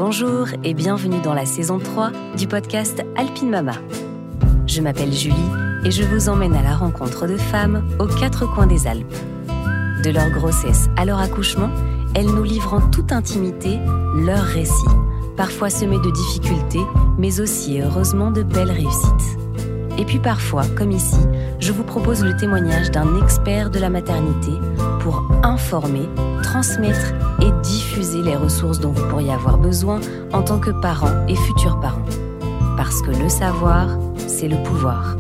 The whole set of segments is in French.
Bonjour et bienvenue dans la saison 3 du podcast Alpine Mama. Je m'appelle Julie et je vous emmène à la rencontre de femmes aux quatre coins des Alpes. De leur grossesse à leur accouchement, elles nous livrent en toute intimité leurs récits, parfois semés de difficultés, mais aussi heureusement de belles réussites. Et puis parfois, comme ici, je vous propose le témoignage d'un expert de la maternité pour informer, transmettre et diffuser les ressources dont vous pourriez avoir besoin en tant que parents et futurs parents. Parce que le savoir, c'est le pouvoir.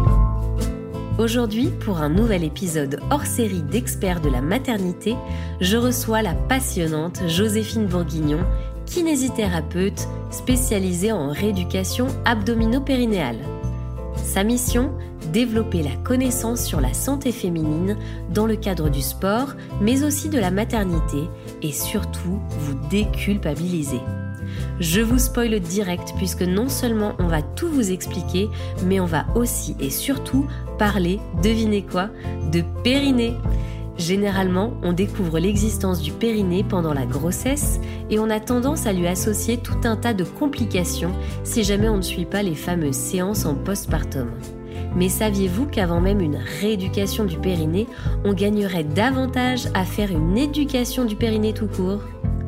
Aujourd'hui, pour un nouvel épisode hors série d'experts de la maternité, je reçois la passionnante Joséphine Bourguignon, kinésithérapeute spécialisée en rééducation abdominopérinéale. Sa mission, développer la connaissance sur la santé féminine dans le cadre du sport, mais aussi de la maternité et surtout vous déculpabiliser. Je vous spoile direct puisque non seulement on va tout vous expliquer, mais on va aussi et surtout parler, devinez quoi, de périnée. Généralement, on découvre l'existence du périnée pendant la grossesse et on a tendance à lui associer tout un tas de complications si jamais on ne suit pas les fameuses séances en postpartum. Mais saviez-vous qu'avant même une rééducation du périnée, on gagnerait davantage à faire une éducation du périnée tout court ?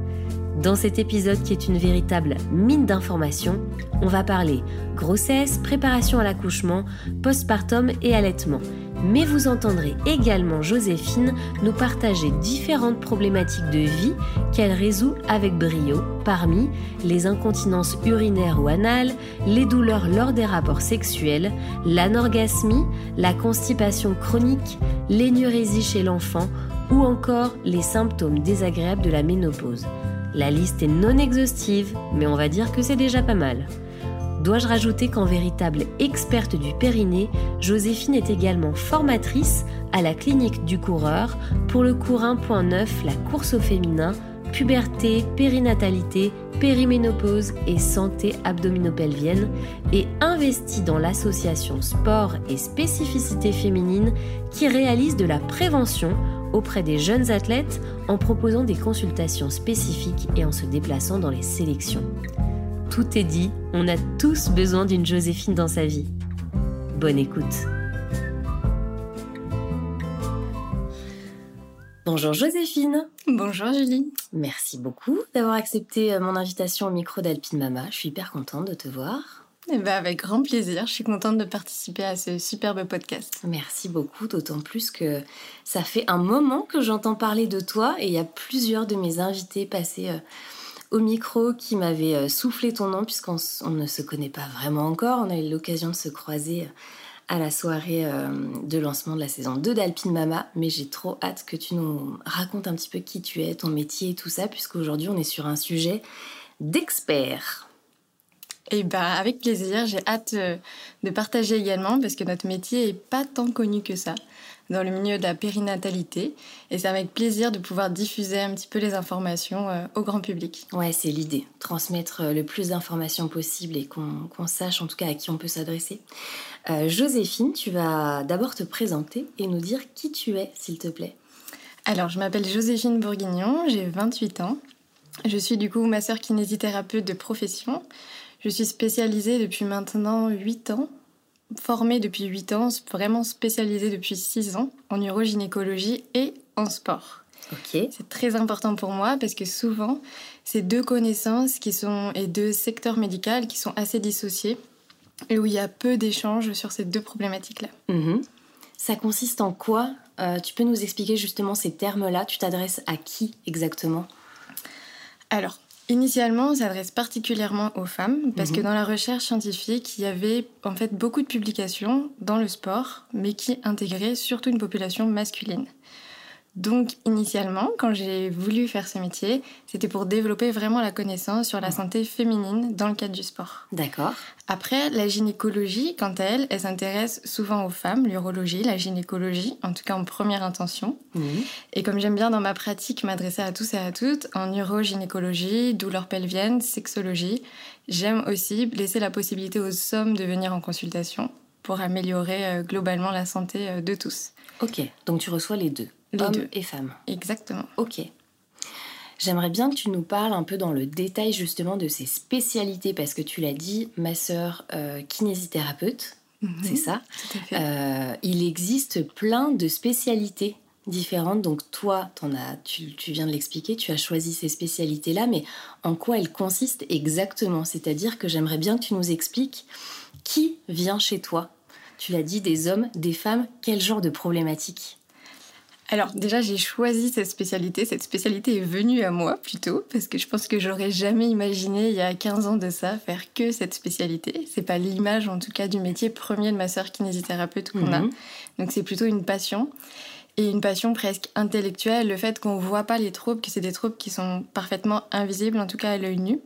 Dans cet épisode qui est une véritable mine d'informations, on va parler grossesse, préparation à l'accouchement, postpartum et allaitement. Mais vous entendrez également Joséphine nous partager différentes problématiques de vie qu'elle résout avec brio, parmi les incontinences urinaires ou anales, les douleurs lors des rapports sexuels, l'anorgasmie, la constipation chronique, l'énurésie chez l'enfant ou encore les symptômes désagréables de la ménopause. La liste est non exhaustive, mais on va dire que c'est déjà pas mal. Dois-je rajouter qu'en véritable experte du périnée, Joséphine est également formatrice à la clinique du coureur pour le cours 1.9, la course au féminin, puberté, périnatalité, périménopause et santé abdominopelvienne et investie dans l'association Sport et Spécificité Féminine qui réalise de la prévention auprès des jeunes athlètes en proposant des consultations spécifiques et en se déplaçant dans les sélections. Tout est dit, on a tous besoin d'une Joséphine dans sa vie. Bonne écoute. Bonjour Joséphine. Bonjour Julie. Merci beaucoup d'avoir accepté mon invitation au micro d'Alpine Mama. Je suis hyper contente de te voir. Avec grand plaisir, je suis contente de participer à ce superbe podcast. Merci beaucoup, d'autant plus que ça fait un moment que j'entends parler de toi et il y a plusieurs de mes invités passés au micro qui m'avaient soufflé ton nom puisqu'on ne se connaît pas vraiment encore. On a eu l'occasion de se croiser à la soirée de lancement de la saison 2 d'Alpine Mama, mais j'ai trop hâte que tu nous racontes un petit peu qui tu es, ton métier et tout ça, puisqu'aujourd'hui on est sur un sujet d'expert. Et avec plaisir, j'ai hâte de partager également parce que notre métier n'est pas tant connu que ça dans le milieu de la périnatalité et c'est avec plaisir de pouvoir diffuser un petit peu les informations au grand public. Ouais, c'est l'idée, transmettre le plus d'informations possible et qu'on sache en tout cas à qui on peut s'adresser. Joséphine, tu vas d'abord te présenter et nous dire qui tu es, s'il te plaît. Alors, je m'appelle Joséphine Bourguignon, j'ai 28 ans. Je suis du coup masseur kinésithérapeute de profession. Je suis spécialisée depuis maintenant 8 ans, formée depuis 8 ans, vraiment spécialisée depuis 6 ans en urogynécologie et en sport. Ok. C'est très important pour moi parce que souvent, c'est deux connaissances et deux secteurs médicaux qui sont assez dissociés et où il y a peu d'échanges sur ces deux problématiques-là. Ça consiste en quoi ? Tu peux nous expliquer justement ces termes-là ? Tu t'adresses à qui exactement ? Alors, initialement, on s'adresse particulièrement aux femmes parce que dans la recherche scientifique, il y avait en fait beaucoup de publications dans le sport, mais qui intégraient surtout une population masculine. Donc, initialement, quand j'ai voulu faire ce métier, c'était pour développer vraiment la connaissance sur la santé féminine dans le cadre du sport. D'accord. Après, la gynécologie, quant à elle, elle s'intéresse souvent aux femmes, l'urologie, la gynécologie, en tout cas en première intention. Et comme j'aime bien dans ma pratique m'adresser à tous et à toutes, en urogynécologie, douleurs pelviennes, sexologie, j'aime aussi laisser la possibilité aux hommes de venir en consultation pour améliorer globalement la santé de tous. Ok, donc tu reçois les deux, hommes et femmes. Exactement. Ok. J'aimerais bien que tu nous parles un peu dans le détail justement de ces spécialités, parce que tu l'as dit, ma sœur kinésithérapeute, c'est ça. Tout à fait. Il existe plein de spécialités différentes. Donc toi, tu viens de l'expliquer, tu as choisi ces spécialités-là, mais en quoi elles consistent exactement? C'est-à-dire que j'aimerais bien que tu nous expliques qui vient chez toi. Tu l'as dit, des hommes, des femmes, quel genre de problématiques? Alors déjà, j'ai choisi cette spécialité. Cette spécialité est venue à moi plutôt, parce que je pense que j'aurais jamais imaginé il y a 15 ans de ça faire que cette spécialité. C'est pas l'image en tout cas du métier premier de ma sœur kinésithérapeute qu'on a. Donc c'est plutôt une passion. Et une passion presque intellectuelle, le fait qu'on voit pas les troubles, que c'est des troubles qui sont parfaitement invisibles, en tout cas à l'œil nu.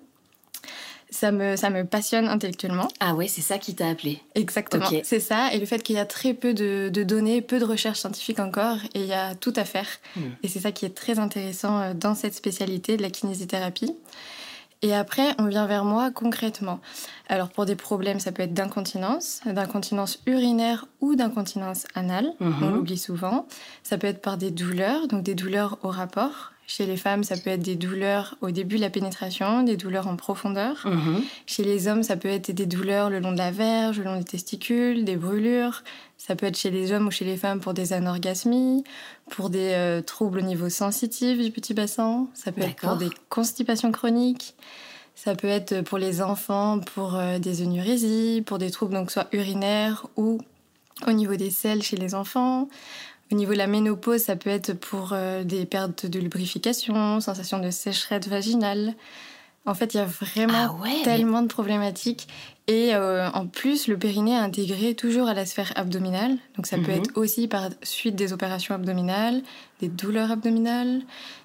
Ça me passionne intellectuellement. Ah ouais, c'est ça qui t'a appelé. Exactement, okay. C'est ça. Et le fait qu'il y a très peu de données, peu de recherches scientifiques encore, et il y a tout à faire. Et c'est ça qui est très intéressant dans cette spécialité de la kinésithérapie. Et après, on vient vers moi concrètement. Alors pour des problèmes, ça peut être d'incontinence urinaire ou d'incontinence anale. On l'oublie souvent. Ça peut être par des douleurs, donc des douleurs au rapport. Chez les femmes, ça peut être des douleurs au début de la pénétration, des douleurs en profondeur. Chez les hommes, ça peut être des douleurs le long de la verge, le long des testicules, des brûlures. Ça peut être chez les hommes ou chez les femmes pour des anorgasmies, pour des troubles au niveau sensitif du petit bassin. Ça peut être pour des constipations chroniques. Ça peut être pour les enfants, pour des énurésies, pour des troubles donc soit urinaires ou au niveau des selles chez les enfants. Au niveau de la ménopause, ça peut être pour des pertes de lubrification, sensation de sécheresse vaginale. En fait, il y a vraiment tellement de problématiques. Et en plus, le périnée est intégré toujours à la sphère abdominale. Donc ça peut être aussi par suite des opérations abdominales, des douleurs abdominales,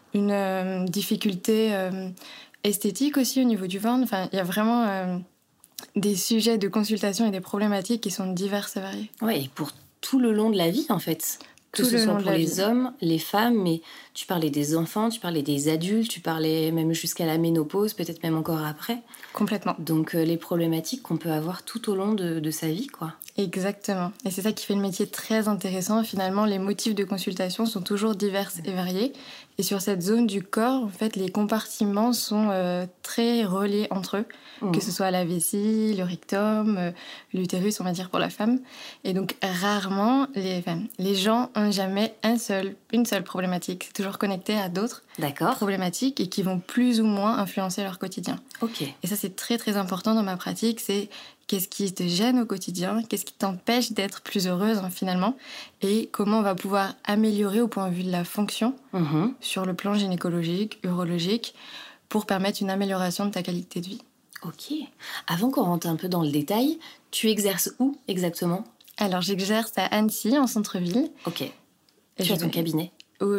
une difficulté esthétique aussi au niveau du ventre. Enfin, il y a vraiment des sujets de consultation et des problématiques qui sont diverses et variées. Oui, et pour tout le long de la vie, en fait. Que ce soit pour les hommes, les femmes, mais tu parlais des enfants, tu parlais des adultes, tu parlais même jusqu'à la ménopause, peut-être même encore après. Complètement. Donc les problématiques qu'on peut avoir tout au long de sa vie, quoi. Exactement. Et c'est ça qui fait le métier très intéressant. Finalement, les motifs de consultation sont toujours divers et variés. Et sur cette zone du corps, en fait, les compartiments sont très reliés entre eux. Que ce soit la vessie, le rectum, l'utérus, on va dire, pour la femme. Et donc, rarement, les gens n'ont jamais une seule problématique. C'est toujours connecté à d'autres problématiques et qui vont plus ou moins influencer leur quotidien. Okay. Et ça, c'est très, très important dans ma pratique. C'est qu'est-ce qui te gêne au quotidien, qu'est-ce qui t'empêche d'être plus heureuse, finalement, et comment on va pouvoir améliorer au point de vue de la fonction sur le plan gynécologique, urologique, pour permettre une amélioration de ta qualité de vie. Ok. Avant qu'on rentre un peu dans le détail, tu exerces où exactement ? Alors, j'exerce à Annecy, en centre-ville. Ok. Et tu as ton cabinet ?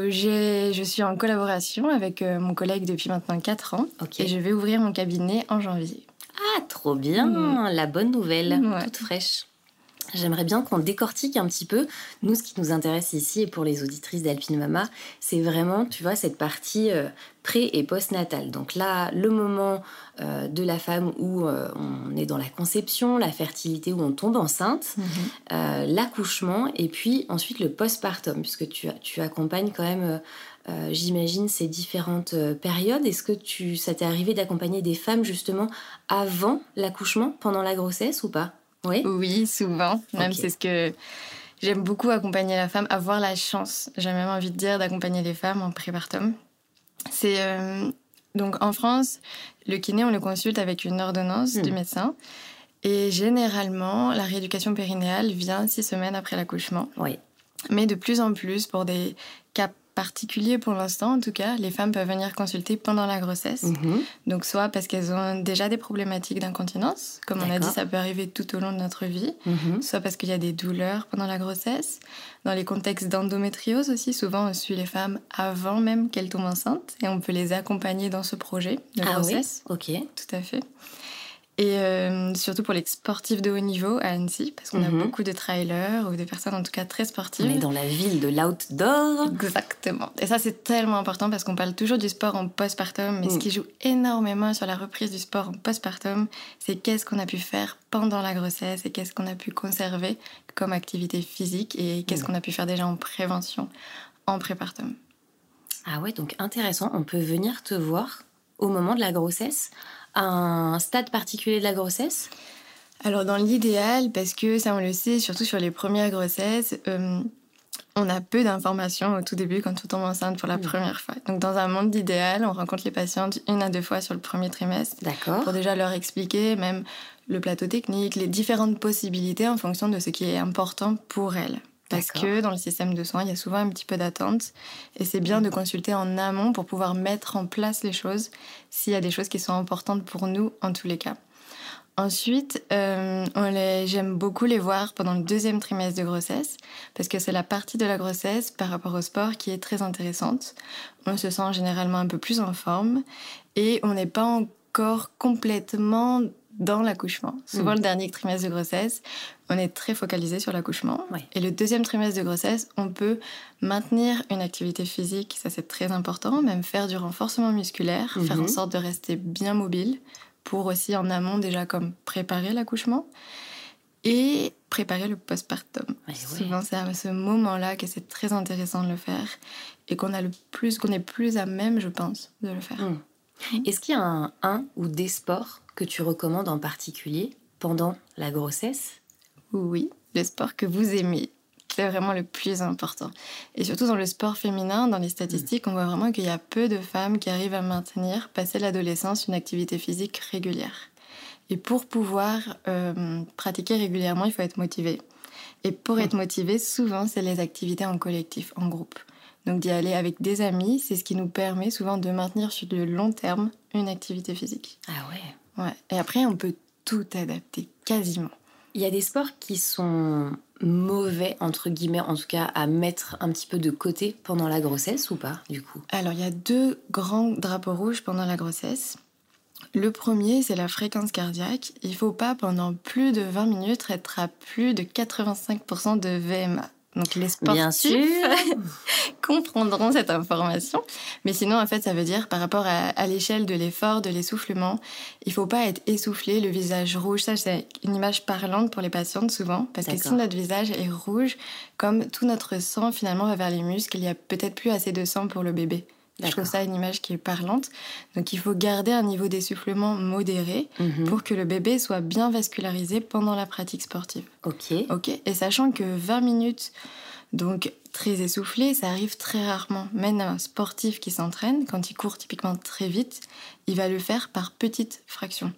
Je suis en collaboration avec mon collègue depuis maintenant 4 ans. Okay. Et je vais ouvrir mon cabinet en janvier. Ah, trop bien, la bonne nouvelle, toute fraîche. J'aimerais bien qu'on décortique un petit peu. Nous, ce qui nous intéresse ici, et pour les auditrices d'Alpine Mama, c'est vraiment, tu vois, cette partie pré- et post-natale. Donc là, le moment de la femme où on est dans la conception, la fertilité, où on tombe enceinte, l'accouchement, et puis ensuite le postpartum, puisque tu accompagnes quand même... j'imagine ces différentes périodes. Est-ce que ça t'est arrivé d'accompagner des femmes justement avant l'accouchement, pendant la grossesse ou pas ? Oui, souvent. Même c'est ce que j'aime beaucoup, accompagner la femme, avoir la chance, j'ai même envie de dire, d'accompagner les femmes en prépartum. C'est donc en France, le kiné, on le consulte avec une ordonnance du médecin. Et généralement, la rééducation périnéale vient 6 semaines après l'accouchement. Oui. Mais de plus en plus, pour des cas particuliers pour l'instant, en tout cas, les femmes peuvent venir consulter pendant la grossesse. Donc soit parce qu'elles ont déjà des problématiques d'incontinence, comme on a dit, ça peut arriver tout au long de notre vie, soit parce qu'il y a des douleurs pendant la grossesse. Dans les contextes d'endométriose aussi, souvent on suit les femmes avant même qu'elles tombent enceintes et on peut les accompagner dans ce projet de grossesse. Ok. Tout à fait. Et surtout pour les sportifs de haut niveau à Annecy, parce qu'on a beaucoup de trailers ou des personnes en tout cas très sportives. On est dans la ville de l'outdoor. Exactement. Et ça, c'est tellement important parce qu'on parle toujours du sport en postpartum, mais ce qui joue énormément sur la reprise du sport en postpartum, c'est qu'est-ce qu'on a pu faire pendant la grossesse et qu'est-ce qu'on a pu conserver comme activité physique et qu'est-ce qu'on a pu faire déjà en prévention en prépartum. Ah ouais, donc intéressant. On peut venir te voir au moment de la grossesse, à un stade particulier de la grossesse? Alors dans l'idéal, parce que ça on le sait, surtout sur les premières grossesses, on a peu d'informations au tout début quand on tombe enceinte pour la première fois. Donc dans un monde idéal, on rencontre les patientes 1 à 2 fois sur le premier trimestre. D'accord. Pour déjà leur expliquer même le plateau technique, les différentes possibilités en fonction de ce qui est important pour elles. Parce que dans le système de soins, il y a souvent un petit peu d'attente. Et c'est bien de consulter en amont pour pouvoir mettre en place les choses s'il y a des choses qui sont importantes pour nous en tous les cas. Ensuite, j'aime beaucoup les voir pendant le 2e trimestre de grossesse parce que c'est la partie de la grossesse par rapport au sport qui est très intéressante. On se sent généralement un peu plus en forme et on n'est pas encore complètement dans l'accouchement. Souvent, le dernier trimestre de grossesse, on est très focalisé sur l'accouchement. Ouais. Et le 2e trimestre de grossesse, on peut maintenir une activité physique, ça c'est très important, même faire du renforcement musculaire, faire en sorte de rester bien mobile pour aussi en amont déjà comme préparer l'accouchement et préparer le postpartum. Souvent, c'est à ce moment-là que c'est très intéressant de le faire et qu'on est plus à même, je pense, de le faire. Est-ce qu'il y a un ou des sports que tu recommandes en particulier pendant la grossesse? Oui, le sport que vous aimez. C'est vraiment le plus important. Et surtout dans le sport féminin, dans les statistiques, on voit vraiment qu'il y a peu de femmes qui arrivent à maintenir, passer l'adolescence, une activité physique régulière. Et pour pouvoir pratiquer régulièrement, il faut être motivé. Et pour être motivé, souvent, c'est les activités en collectif, en groupe. Donc d'y aller avec des amis, c'est ce qui nous permet souvent de maintenir sur le long terme une activité physique. Ah ouais. Ouais. Et après, on peut tout adapter, quasiment. Il y a des sports qui sont mauvais, entre guillemets, en tout cas, à mettre un petit peu de côté pendant la grossesse ou pas, du coup? Alors, il y a 2 grands drapeaux rouges pendant la grossesse. Le premier, c'est la fréquence cardiaque. Il ne faut pas, pendant plus de 20 minutes, être à plus de 85% de VMA. Donc, les sportifs Bien sûr. comprendront cette information. Mais sinon, en fait, ça veut dire, par rapport à l'échelle de l'effort, de l'essoufflement, il ne faut pas être essoufflé, le visage rouge. Ça, c'est une image parlante pour les patientes, souvent. Parce que si notre visage est rouge, comme tout notre sang, finalement, va vers les muscles, il n'y a peut-être plus assez de sang pour le bébé. Je trouve ça une image qui est parlante. Donc, il faut garder un niveau d'essoufflement modéré pour que le bébé soit bien vascularisé pendant la pratique sportive. Ok. Et sachant que 20 minutes, donc très essoufflé, ça arrive très rarement. Même un sportif qui s'entraîne, quand il court typiquement très vite, il va le faire par petites fractions.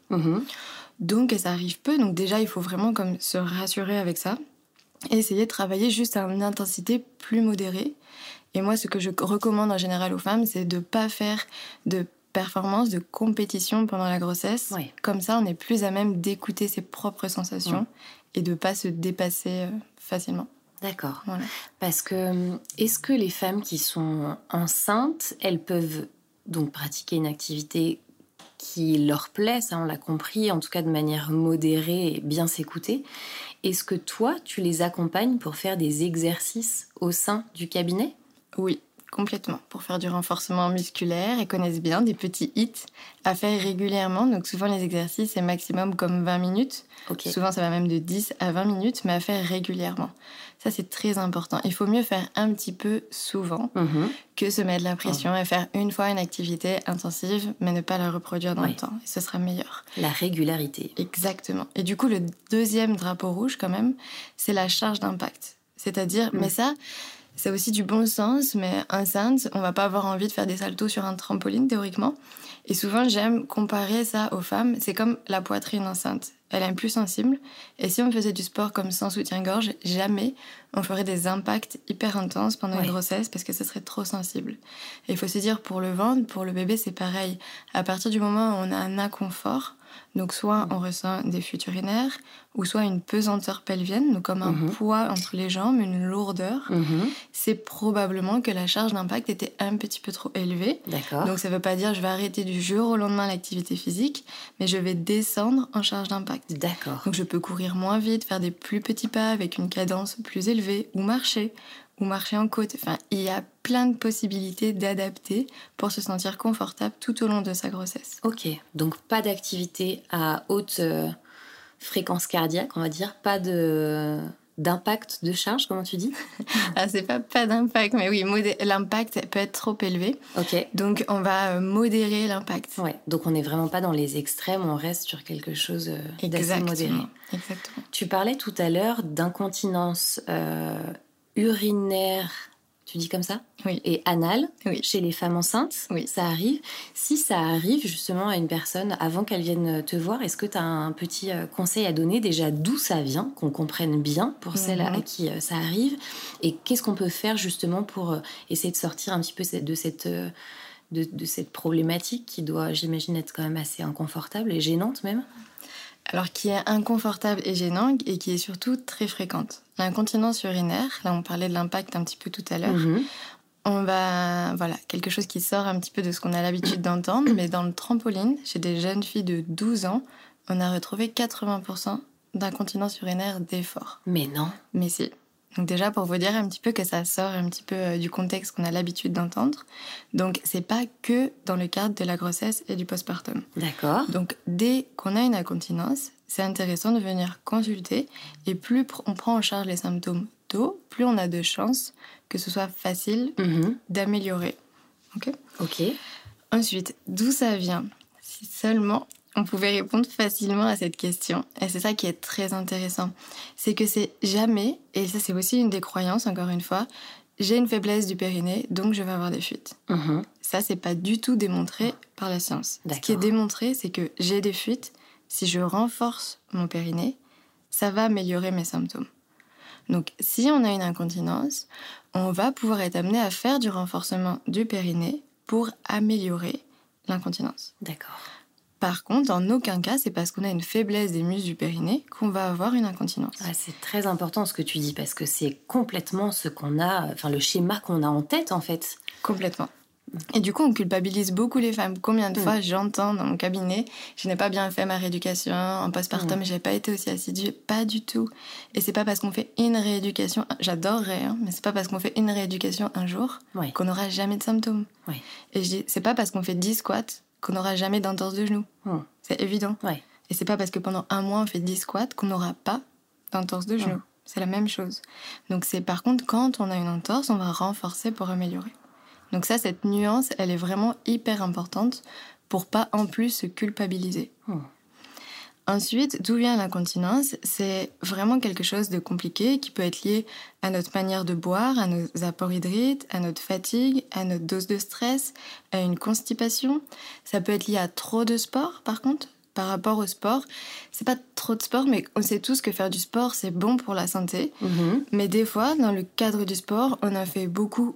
Donc, ça arrive peu. Donc déjà, il faut vraiment comme se rassurer avec ça et essayer de travailler juste à une intensité plus modérée. Et moi, ce que je recommande en général aux femmes, c'est de ne pas faire de performance, de compétition pendant la grossesse. Comme ça, on est plus à même d'écouter ses propres sensations et de ne pas se dépasser facilement. D'accord. Voilà. Parce que, est-ce que les femmes qui sont enceintes, elles peuvent donc pratiquer une activité qui leur plaît, ça on l'a compris, en tout cas de manière modérée et bien s'écouter. Est-ce que toi, tu les accompagnes pour faire des exercices au sein du cabinet ? Oui, complètement. Pour faire du renforcement musculaire, elles connaissent bien des petits hits à faire régulièrement. Donc souvent les exercices, c'est maximum comme 20 minutes. Souvent ça va même de 10 à 20 minutes, mais à faire régulièrement. Ça, c'est très important. Il faut mieux faire un petit peu souvent que se mettre la pression et faire une fois une activité intensive, mais ne pas la reproduire dans le temps. Et ce sera meilleur. La régularité. Exactement. Et du coup, le 2e drapeau rouge, quand même, c'est la charge d'impact. C'est-à-dire, mais ça, c'est aussi du bon sens, mais enceinte, on va pas avoir envie de faire des saltos sur un trampoline, théoriquement. Et souvent, j'aime comparer ça aux femmes. C'est comme la poitrine enceinte. Elle est plus sensible. Et si on faisait du sport comme sans soutien-gorge, jamais on ferait des impacts hyper intenses pendant une grossesse parce que ce serait trop sensible. Et il faut se dire, pour le ventre, pour le bébé, c'est pareil. À partir du moment où on a un inconfort, donc soit on ressent des fuites urinaires, ou soit une pesanteur pelvienne, donc comme un poids entre les jambes, une lourdeur, c'est probablement que la charge d'impact était un petit peu trop élevée. Donc ça ne veut pas dire je vais arrêter du jour au lendemain l'activité physique, mais je vais descendre en charge d'impact. Donc je peux courir moins vite, faire des plus petits pas avec une cadence plus élevée, ou marcher en côte. Enfin, il y a plein de possibilités d'adapter pour se sentir confortable tout au long de sa grossesse. Ok, donc pas d'activité à haute fréquence cardiaque, on va dire, pas de d'impact de charge, comment tu dis? Ah, c'est pas d'impact, mais oui, l'impact peut être trop élevé. Ok. Donc, on va modérer l'impact. Ouais, donc on n'est vraiment pas dans les extrêmes, on reste sur quelque chose d'assez modéré. Exactement. Tu parlais tout à l'heure d'incontinence urinaire, tu dis comme ça? Oui. Et anale, oui. Chez les femmes enceintes, oui. Ça arrive. Si ça arrive justement à une personne avant qu'elle vienne te voir, est-ce que tu as un petit conseil à donner déjà d'où ça vient, qu'on comprenne bien pour celles à qui ça arrive, et qu'est-ce qu'on peut faire justement pour essayer de sortir un petit peu de cette problématique qui doit, j'imagine, être quand même assez inconfortable et gênante même? Alors, qui est inconfortable et gênante et qui est surtout très fréquente. L'incontinence urinaire, là on parlait de l'impact un petit peu tout à l'heure, on va, quelque chose qui sort un petit peu de ce qu'on a l'habitude d'entendre, mais dans le trampoline, chez des jeunes filles de 12 ans, on a retrouvé 80% d'incontinence urinaire d'effort. Mais non. Mais si. Donc déjà, pour vous dire un petit peu que ça sort un petit peu du contexte qu'on a l'habitude d'entendre. Donc, c'est pas que dans le cadre de la grossesse et du postpartum. D'accord. Donc, dès qu'on a une incontinence, c'est intéressant de venir consulter. Et plus on prend en charge les symptômes tôt, plus on a de chances que ce soit facile d'améliorer. Ok. Ensuite, d'où ça vient? Si seulement on pouvait répondre facilement à cette question. Et c'est ça qui est très intéressant. C'est que c'est jamais, et ça c'est aussi une des croyances, encore une fois, j'ai une faiblesse du périnée, donc je vais avoir des fuites. Ça, c'est pas du tout démontré par la science. D'accord. Ce qui est démontré, c'est que j'ai des fuites. Si je renforce mon périnée, ça va améliorer mes symptômes. Donc, si on a une incontinence, on va pouvoir être amené à faire du renforcement du périnée pour améliorer l'incontinence. D'accord. Par contre, en aucun cas, c'est parce qu'on a une faiblesse des muscles du périnée qu'on va avoir une incontinence. Ah, c'est très important ce que tu dis, parce que c'est complètement ce qu'on a, le schéma qu'on a en tête, en fait. Complètement. Et du coup, on culpabilise beaucoup les femmes. Combien de fois j'entends dans mon cabinet, je n'ai pas bien fait ma rééducation, en postpartum, je n'ai pas été aussi assidue. Pas du tout. Et c'est pas parce qu'on fait une rééducation, j'adorerais, mais c'est pas parce qu'on fait une rééducation un jour qu'on n'aura jamais de symptômes. Et je dis, c'est pas parce qu'on fait 10 squats qu'on n'aura jamais d'entorse de genou. C'est évident. Et c'est pas parce que pendant un mois on fait 10 squats qu'on n'aura pas d'entorse de genou. C'est la même chose. Donc c'est par contre, quand on a une entorse, on va renforcer pour améliorer. Donc ça, cette nuance, elle est vraiment hyper importante pour pas en plus se culpabiliser. Ensuite, d'où vient l'incontinence? C'est vraiment quelque chose de compliqué qui peut être lié à notre manière de boire, à nos apports hydriques, à notre fatigue, à notre dose de stress, à une constipation. Ça peut être lié à trop de sport, par contre. Par rapport au sport, c'est pas trop de sport, mais on sait tous que faire du sport, c'est bon pour la santé. Mais des fois, dans le cadre du sport, on a fait beaucoup,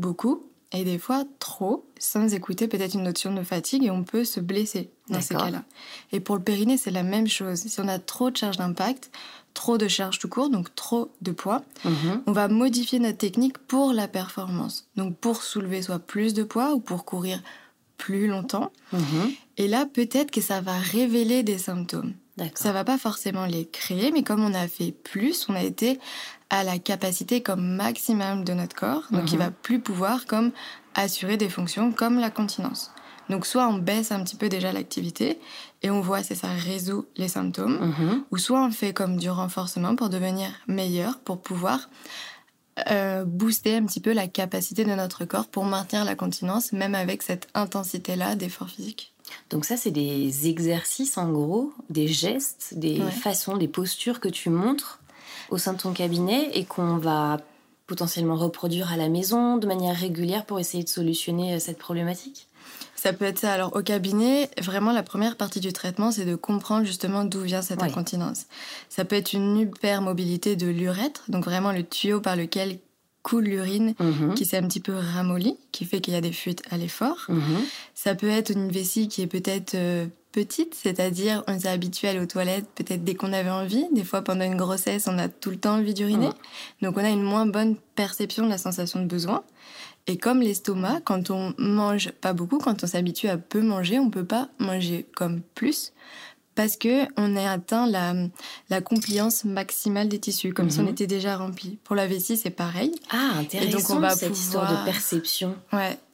et des fois trop, sans écouter peut-être une notion de fatigue, et on peut se blesser dans ces cas-là. Et pour le périnée, c'est la même chose. Si on a trop de charge d'impact, trop de charge tout court, donc trop de poids, on va modifier notre technique pour la performance. Donc pour soulever soit plus de poids ou pour courir plus longtemps. Et là, peut-être que ça va révéler des symptômes. Ça va pas forcément les créer, mais comme on a fait plus, on a été à la capacité comme maximum de notre corps, donc il va plus pouvoir comme assurer des fonctions comme la continence. Donc soit on baisse un petit peu déjà l'activité et on voit si ça résout les symptômes, ou soit on fait comme du renforcement pour devenir meilleur, pour pouvoir booster un petit peu la capacité de notre corps pour maintenir la continence, même avec cette intensité-là d'effort physique. Donc ça, c'est des exercices, en gros, des gestes, des façons, des postures que tu montres au sein de ton cabinet et qu'on va potentiellement reproduire à la maison de manière régulière pour essayer de solutionner cette problématique? Ça peut être ça. Alors, au cabinet, vraiment, la première partie du traitement, c'est de comprendre justement d'où vient cette incontinence. Ça peut être une hypermobilité de l'urètre, donc vraiment le tuyau par lequel coule l'urine qui s'est un petit peu ramolli, qui fait qu'il y a des fuites à l'effort. Ça peut être une vessie qui est peut-être petite, c'est-à-dire on s'est habitué à aller aux toilettes peut-être dès qu'on avait envie. Des fois, pendant une grossesse, on a tout le temps envie d'uriner. Donc, on a une moins bonne perception de la sensation de besoin. Et comme l'estomac, quand on mange pas beaucoup, quand on s'habitue à peu manger, on peut pas manger comme plus parce qu'on a atteint la compliance maximale des tissus, comme si on était déjà rempli. Pour la vessie, c'est pareil. Ah, intéressant, et donc on va cette histoire de perception. Ouais,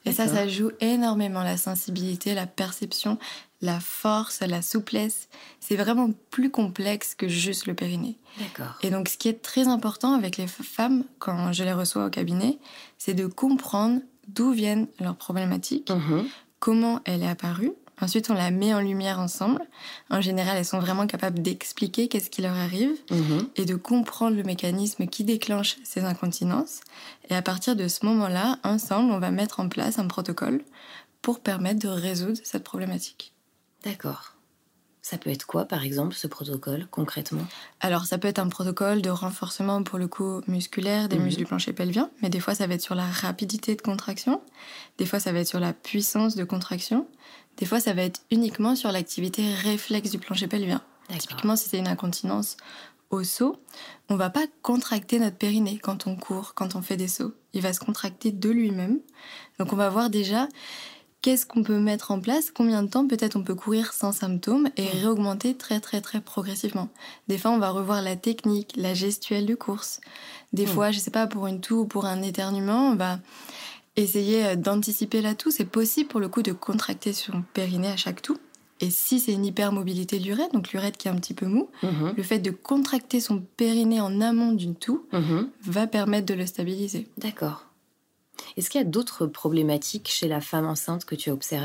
Et ça joue énormément, la sensibilité, la perception, la force, la souplesse. C'est vraiment plus complexe que juste le périnée. D'accord. Et donc, ce qui est très important avec les femmes, quand je les reçois au cabinet, c'est de comprendre d'où viennent leurs problématiques, comment elle est apparue. Ensuite, on la met en lumière ensemble. En général, elles sont vraiment capables d'expliquer qu'est-ce qui leur arrive et de comprendre le mécanisme qui déclenche ces incontinences. Et à partir de ce moment-là, ensemble, on va mettre en place un protocole pour permettre de résoudre cette problématique. D'accord. Ça peut être quoi, par exemple, ce protocole, concrètement ? Alors, ça peut être un protocole de renforcement, pour le coup, musculaire des muscles du plancher pelvien, mais des fois, ça va être sur la rapidité de contraction, des fois, ça va être sur la puissance de contraction, des fois, ça va être uniquement sur l'activité réflexe du plancher pelvien. D'accord. Typiquement, si c'est une incontinence au saut, on va pas contracter notre périnée quand on court, quand on fait des sauts. Il va se contracter de lui-même. Donc, on va voir déjà qu'est-ce qu'on peut mettre en place, combien de temps peut-être on peut courir sans symptômes et réaugmenter très très très progressivement. Des fois, on va revoir la technique, la gestuelle de course. Des fois, je sais pas, pour une toux ou pour un éternuement, on va essayer d'anticiper la toux. C'est possible pour le coup de contracter son périnée à chaque toux. Et si c'est une hypermobilité de l'urètre, donc l'urètre qui est un petit peu mou, le fait de contracter son périnée en amont d'une toux va permettre de le stabiliser. D'accord. Est-ce qu'il y a d'autres problématiques chez la femme enceinte que tu as observées ?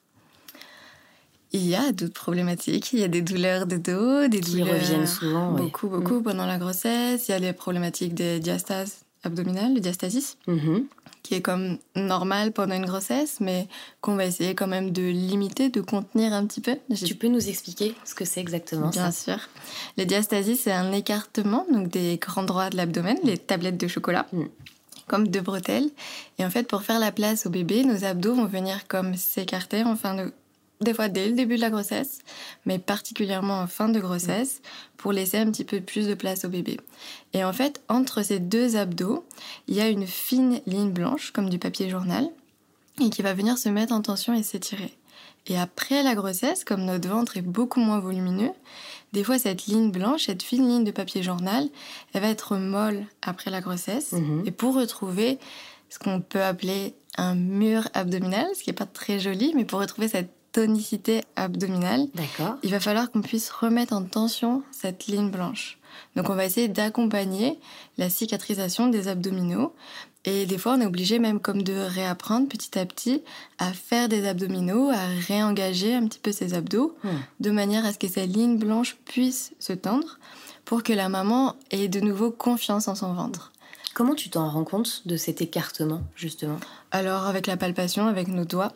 Il y a d'autres problématiques. Il y a des douleurs de dos, des douleurs qui reviennent souvent. Beaucoup pendant la grossesse. Il y a les problématiques des diastases abdominales, le diastasis, qui est comme normal pendant une grossesse, mais qu'on va essayer quand même de limiter, de contenir un petit peu. Tu peux nous expliquer ce que c'est exactement Bien sûr. Le diastasis, c'est un écartement donc des grands droits de l'abdomen, les tablettes de chocolat. Comme deux bretelles. Et en fait, pour faire la place au bébé, nos abdos vont venir comme s'écarter des fois dès le début de la grossesse, mais particulièrement en fin de grossesse, pour laisser un petit peu plus de place au bébé. Et en fait, entre ces deux abdos, il y a une fine ligne blanche, comme du papier journal, et qui va venir se mettre en tension et s'étirer. Et après la grossesse, comme notre ventre est beaucoup moins volumineux, des fois cette ligne blanche, cette fine ligne de papier journal, elle va être molle après la grossesse. Et pour retrouver ce qu'on peut appeler un mur abdominal, ce qui n'est pas très joli, mais pour retrouver cette tonicité abdominale, il va falloir qu'on puisse remettre en tension cette ligne blanche. Donc on va essayer d'accompagner la cicatrisation des abdominaux. Et des fois, on est obligé même comme de réapprendre petit à petit à faire des abdominaux, à réengager un petit peu ses abdos, de manière à ce que cette ligne blanche puisse se tendre pour que la maman ait de nouveau confiance en son ventre. Comment tu t'en rends compte de cet écartement, justement ? Alors, avec la palpation, avec nos doigts,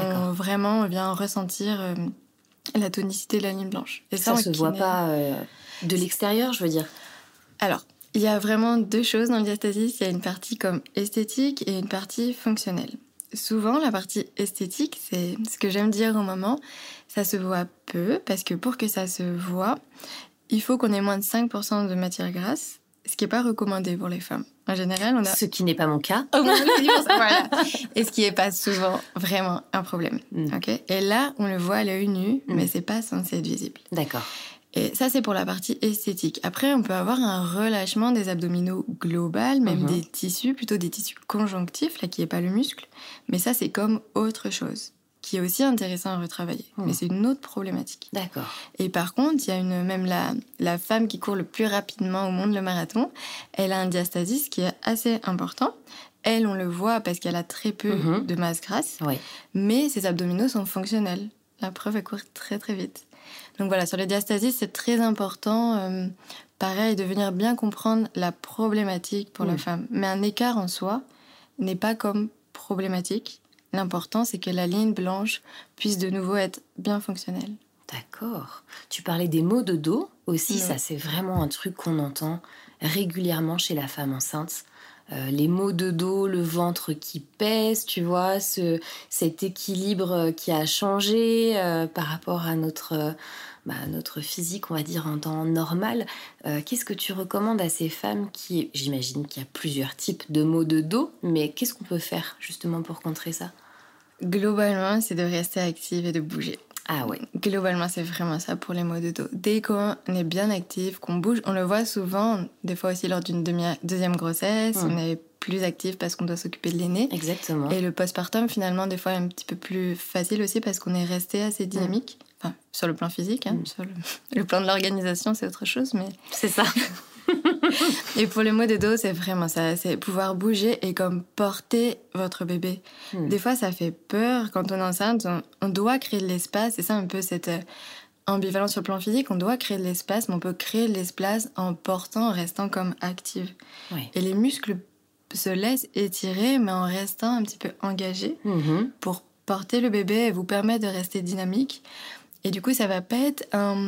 on vient ressentir la tonicité de la ligne blanche. Et ça se voit pas de l'extérieur, je veux dire ? Alors, il y a vraiment deux choses dans le diastasis. Il y a une partie comme esthétique et une partie fonctionnelle. Souvent, la partie esthétique, c'est ce que j'aime dire aux mamans, ça se voit peu, parce que pour que ça se voit, il faut qu'on ait moins de 5% de matière grasse, ce qui n'est pas recommandé pour les femmes. En général, on a... Ce qui n'est pas mon cas. Voilà. Et ce qui n'est pas souvent vraiment un problème. Okay ? Et là, on le voit à l'œil nu, mais ce n'est pas censé être visible. D'accord. Et ça, c'est pour la partie esthétique. Après, on peut avoir un relâchement des abdominaux global, même des tissus, plutôt des tissus conjonctifs, là, qui n'est pas le muscle. Mais ça, c'est comme autre chose, qui est aussi intéressant à retravailler. Mais c'est une autre problématique. D'accord. Et par contre, il y a même la femme qui court le plus rapidement au monde, le marathon, elle a un diastasis qui est assez important. Elle, on le voit parce qu'elle a très peu de masse grasse, mais ses abdominaux sont fonctionnels. La preuve, elle court très très vite. Donc voilà, sur le diastasis, c'est très important, pareil, de venir bien comprendre la problématique pour la femme. Mais un écart en soi n'est pas comme problématique. L'important, c'est que la ligne blanche puisse de nouveau être bien fonctionnelle. D'accord. Tu parlais des maux de dos aussi, ça c'est vraiment un truc qu'on entend régulièrement chez la femme enceinte. Les maux de dos, le ventre qui pèse, tu vois, cet équilibre qui a changé par rapport à notre physique, on va dire, en temps normal. Qu'est-ce que tu recommandes à ces femmes qui, j'imagine qu'il y a plusieurs types de maux de dos, mais qu'est-ce qu'on peut faire justement pour contrer ça ? Globalement, c'est de rester active et de bouger. Ah ouais. Globalement, c'est vraiment ça pour les maux de dos. Dès qu'on est bien actif, qu'on bouge, on le voit souvent, des fois aussi lors d'une deuxième grossesse, on est plus active parce qu'on doit s'occuper de l'aîné. Exactement. Et le postpartum, finalement, des fois, est un petit peu plus facile aussi parce qu'on est resté assez dynamique. Enfin, sur le plan physique, sur le plan de l'organisation, c'est autre chose, mais... C'est ça. Et pour le mot de dos, c'est vraiment ça, c'est pouvoir bouger et comme porter votre bébé. Des fois, ça fait peur quand on est enceinte, on doit créer de l'espace, c'est ça un peu cette ambivalence sur le plan physique, on doit créer de l'espace, mais on peut créer de l'espace en portant, en restant comme active. Oui. Et les muscles se laissent étirer, mais en restant un petit peu engagés pour porter le bébé et vous permettre de rester dynamique. Et du coup, ça va pas être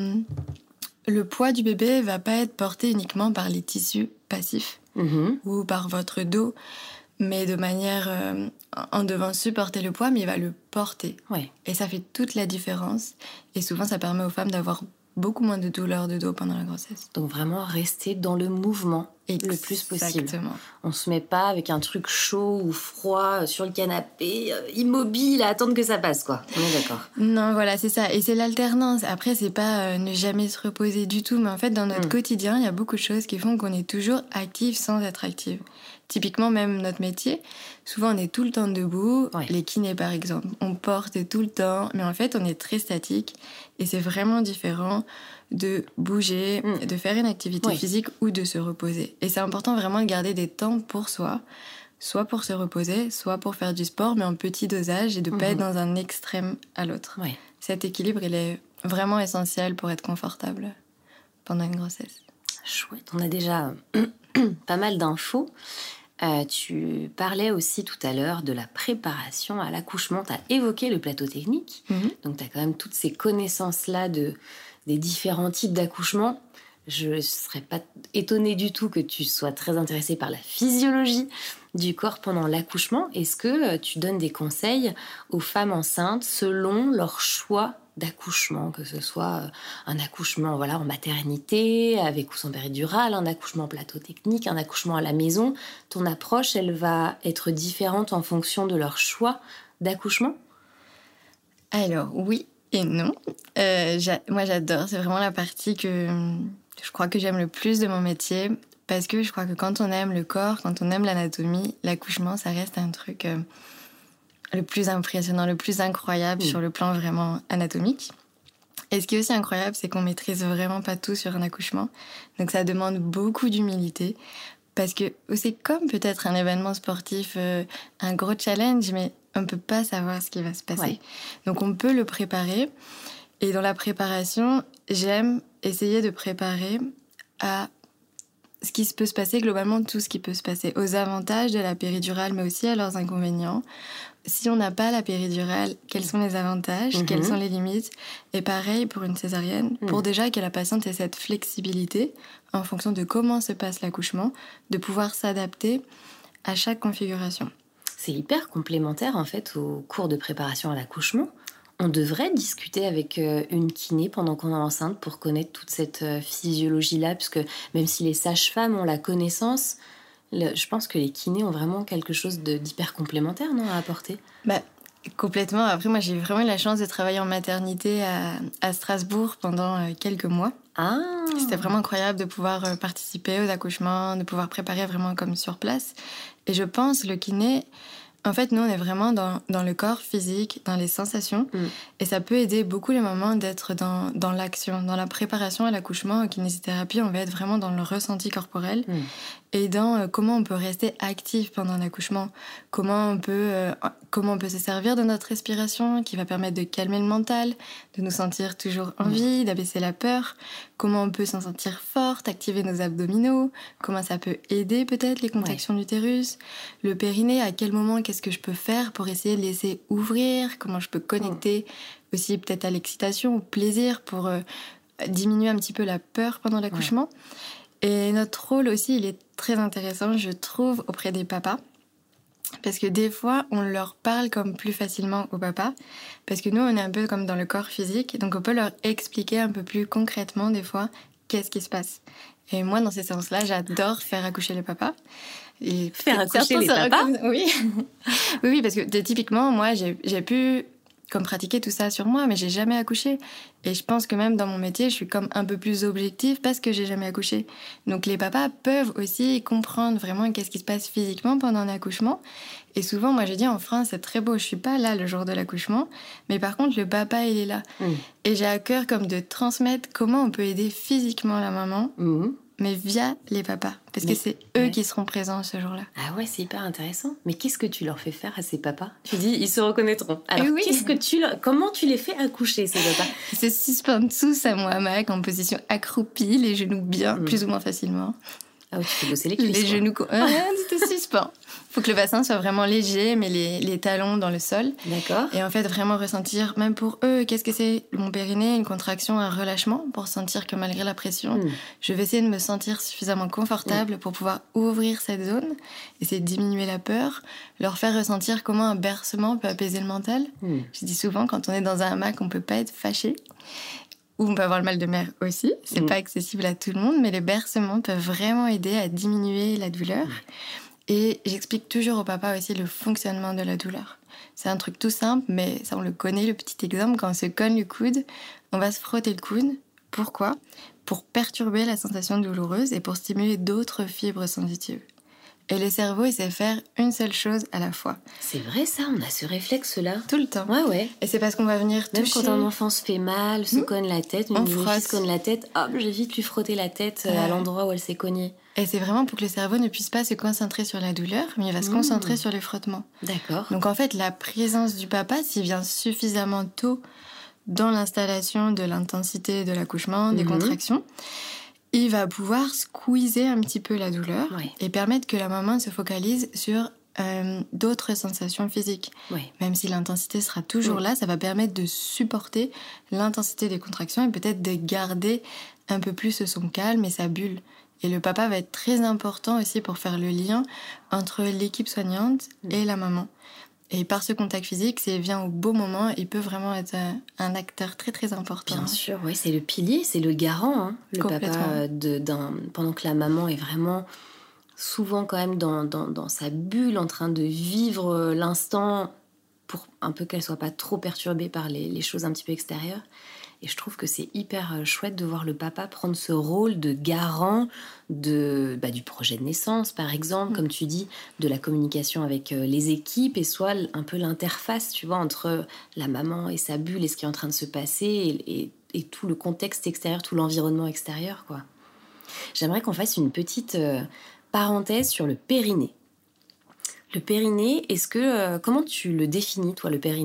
le poids du bébé va pas être porté uniquement par les tissus passifs ou par votre dos, mais de manière en devant supporter le poids, mais il va le porter. Ouais. Et ça fait toute la différence. Et souvent, ça permet aux femmes d'avoir beaucoup moins de douleurs de dos pendant la grossesse. Donc vraiment rester dans le mouvement le plus possible. Exactement. On se met pas avec un truc chaud ou froid sur le canapé, immobile, à attendre que ça passe, quoi. On est d'accord. Non, voilà, c'est ça. Et c'est l'alternance. Après, c'est pas ne jamais se reposer du tout, mais en fait, dans notre quotidien, il y a beaucoup de choses qui font qu'on est toujours active sans être active. Typiquement, même notre métier, souvent on est tout le temps debout. Ouais. Les kinés, par exemple, on porte tout le temps, mais en fait, on est très statique. Et c'est vraiment différent de bouger, de faire une activité physique ou de se reposer. Et c'est important vraiment de garder des temps pour soi, soit pour se reposer, soit pour faire du sport, mais en petit dosage et de ne pas être dans un extrême à l'autre. Ouais. Cet équilibre, il est vraiment essentiel pour être confortable pendant une grossesse. Chouette, on a déjà pas mal d'infos. Tu parlais aussi tout à l'heure de la préparation à l'accouchement. Tu as évoqué le plateau technique. Donc, tu as quand même toutes ces connaissances-là des différents types d'accouchement. Je ne serais pas étonnée du tout que tu sois très intéressée par la physiologie du corps pendant l'accouchement. Est-ce que tu donnes des conseils aux femmes enceintes selon leur choix d'accouchement, que ce soit un accouchement en maternité, avec ou sans péridurale, un accouchement plateau technique, un accouchement à la maison? Ton approche, elle va être différente en fonction de leur choix d'accouchement? Alors, oui et non. Moi, j'adore. C'est vraiment la partie que je crois que j'aime le plus de mon métier, parce que je crois que quand on aime le corps, quand on aime l'anatomie, l'accouchement, ça reste un truc... le plus impressionnant, le plus incroyable sur le plan vraiment anatomique. Et ce qui est aussi incroyable, c'est qu'on maîtrise vraiment pas tout sur un accouchement. Donc ça demande beaucoup d'humilité. Parce que c'est comme peut-être un événement sportif, un gros challenge, mais on ne peut pas savoir ce qui va se passer. Ouais. Donc on peut le préparer. Et dans la préparation, j'aime essayer de préparer à ce qui peut se passer, globalement tout ce qui peut se passer, aux avantages de la péridurale, mais aussi à leurs inconvénients. Si on n'a pas la péridurale, quels sont les avantages, quelles sont les limites? Et pareil pour une césarienne, pour déjà que la patiente ait cette flexibilité en fonction de comment se passe l'accouchement, de pouvoir s'adapter à chaque configuration. C'est hyper complémentaire en fait au cours de préparation à l'accouchement. On devrait discuter avec une kiné pendant qu'on est enceinte pour connaître toute cette physiologie-là, puisque même si les sages-femmes ont la connaissance, je pense que les kinés ont vraiment quelque chose d'hyper complémentaire, non, à apporter. Complètement. Après, moi, j'ai vraiment eu la chance de travailler en maternité à Strasbourg pendant quelques mois. Ah. C'était vraiment incroyable de pouvoir participer aux accouchements, de pouvoir préparer vraiment comme sur place. Et je pense, le kiné... En fait, nous, on est vraiment dans le corps physique, dans les sensations. Et ça peut aider beaucoup les mamans d'être dans l'action. Dans la préparation à l'accouchement, en kinésithérapie, on va être vraiment dans le ressenti corporel. Et dans comment on peut rester actif pendant l'accouchement. Comment on peut se servir de notre respiration, qui va permettre de calmer le mental, de nous sentir toujours en vie, d'abaisser la peur. Comment on peut s'en sentir forte, activer nos abdominaux. Comment ça peut aider peut-être les contractions d'utérus. Le périnée, à quel moment, qu'est-ce que je peux faire pour essayer de laisser ouvrir? Comment je peux connecter aussi peut-être à l'excitation, au plaisir pour diminuer un petit peu la peur pendant l'accouchement. Et notre rôle aussi, il est très intéressant, je trouve, auprès des papas. Parce que des fois, on leur parle comme plus facilement aux papas. Parce que nous, on est un peu comme dans le corps physique. Donc, on peut leur expliquer un peu plus concrètement, des fois, qu'est-ce qui se passe. Et moi, dans ces séances-là, j'adore faire accoucher les papas. Et faire accoucher les papas? Oui. Oui, parce que typiquement, moi, j'ai pu comme pratiquer tout ça sur moi, mais j'ai jamais accouché. Et je pense que même dans mon métier, je suis comme un peu plus objective parce que j'ai jamais accouché. Donc les papas peuvent aussi comprendre vraiment qu'est-ce qui se passe physiquement pendant un accouchement. Et souvent, moi je dis en France, c'est très beau, je suis pas là le jour de l'accouchement, mais par contre le papa il est là. Et j'ai à cœur comme de transmettre comment on peut aider physiquement la maman, mais via les papas. Parce que c'est eux qui seront présents ce jour-là. Ah ouais, c'est hyper intéressant. Mais qu'est-ce que tu leur fais faire à ces papas? Tu dis, ils se reconnaîtront. Alors, comment tu les fais accoucher, ces papas? Ils se suspendent tous à mon hamac en position accroupie, les genoux bien, plus ou moins facilement. Ah oui, tu fais bosser les cuisses. Les genoux... tu te suspends. Il faut que le bassin soit vraiment léger, mais les talons dans le sol. D'accord. Et en fait, vraiment ressentir, même pour eux, qu'est-ce que c'est mon périnée, une contraction, un relâchement, pour sentir que malgré la pression, je vais essayer de me sentir suffisamment confortable pour pouvoir ouvrir cette zone, essayer de diminuer la peur, leur faire ressentir comment un bercement peut apaiser le mental. Je dis souvent, quand on est dans un hamac, on peut pas être fâché. Ou on peut avoir le mal de mer aussi. C'est pas accessible à tout le monde, mais les bercements peuvent vraiment aider à diminuer la douleur. Et j'explique toujours au papa aussi le fonctionnement de la douleur. C'est un truc tout simple, mais ça on le connaît, le petit exemple. Quand on se cogne le coude, on va se frotter le coude. Pourquoi? Pour perturber la sensation douloureuse et pour stimuler d'autres fibres sensitives. Et le cerveau, il sait faire une seule chose à la fois. C'est vrai ça, on a ce réflexe-là. Tout le temps. Ouais. Et c'est parce qu'on va venir toucher... Même quand un enfant se fait mal, se cogne la tête, une fille se cogne la tête, hop, je vais vite lui frotter la tête à l'endroit où elle s'est cognée. Et c'est vraiment pour que le cerveau ne puisse pas se concentrer sur la douleur, mais il va se concentrer sur les frottements. D'accord. Donc en fait, la présence du papa, s'il vient suffisamment tôt dans l'installation de l'intensité de l'accouchement, des contractions, il va pouvoir squeezer un petit peu la douleur et permettre que la maman se focalise sur d'autres sensations physiques. Même si l'intensité sera toujours là, ça va permettre de supporter l'intensité des contractions et peut-être de garder un peu plus son calme et sa bulle. Et le papa va être très important aussi pour faire le lien entre l'équipe soignante et la maman. Et par ce contact physique, s'il vient au beau moment, il peut vraiment être un acteur très très important. Bien sûr, oui, c'est le pilier, c'est le garant, le papa, pendant que la maman est vraiment souvent quand même dans sa bulle, en train de vivre l'instant pour un peu qu'elle soit pas trop perturbée par les choses un petit peu extérieures. Et je trouve que c'est hyper chouette de voir le papa prendre ce rôle de garant du projet de naissance, par exemple, comme tu dis, de la communication avec les équipes, et soit un peu l'interface, tu vois, entre la maman et sa bulle et ce qui est en train de se passer, et tout le contexte extérieur, tout l'environnement extérieur, quoi. J'aimerais qu'on fasse une petite parenthèse sur le périnée. Le périnée, comment tu le définis, toi, le périnée ?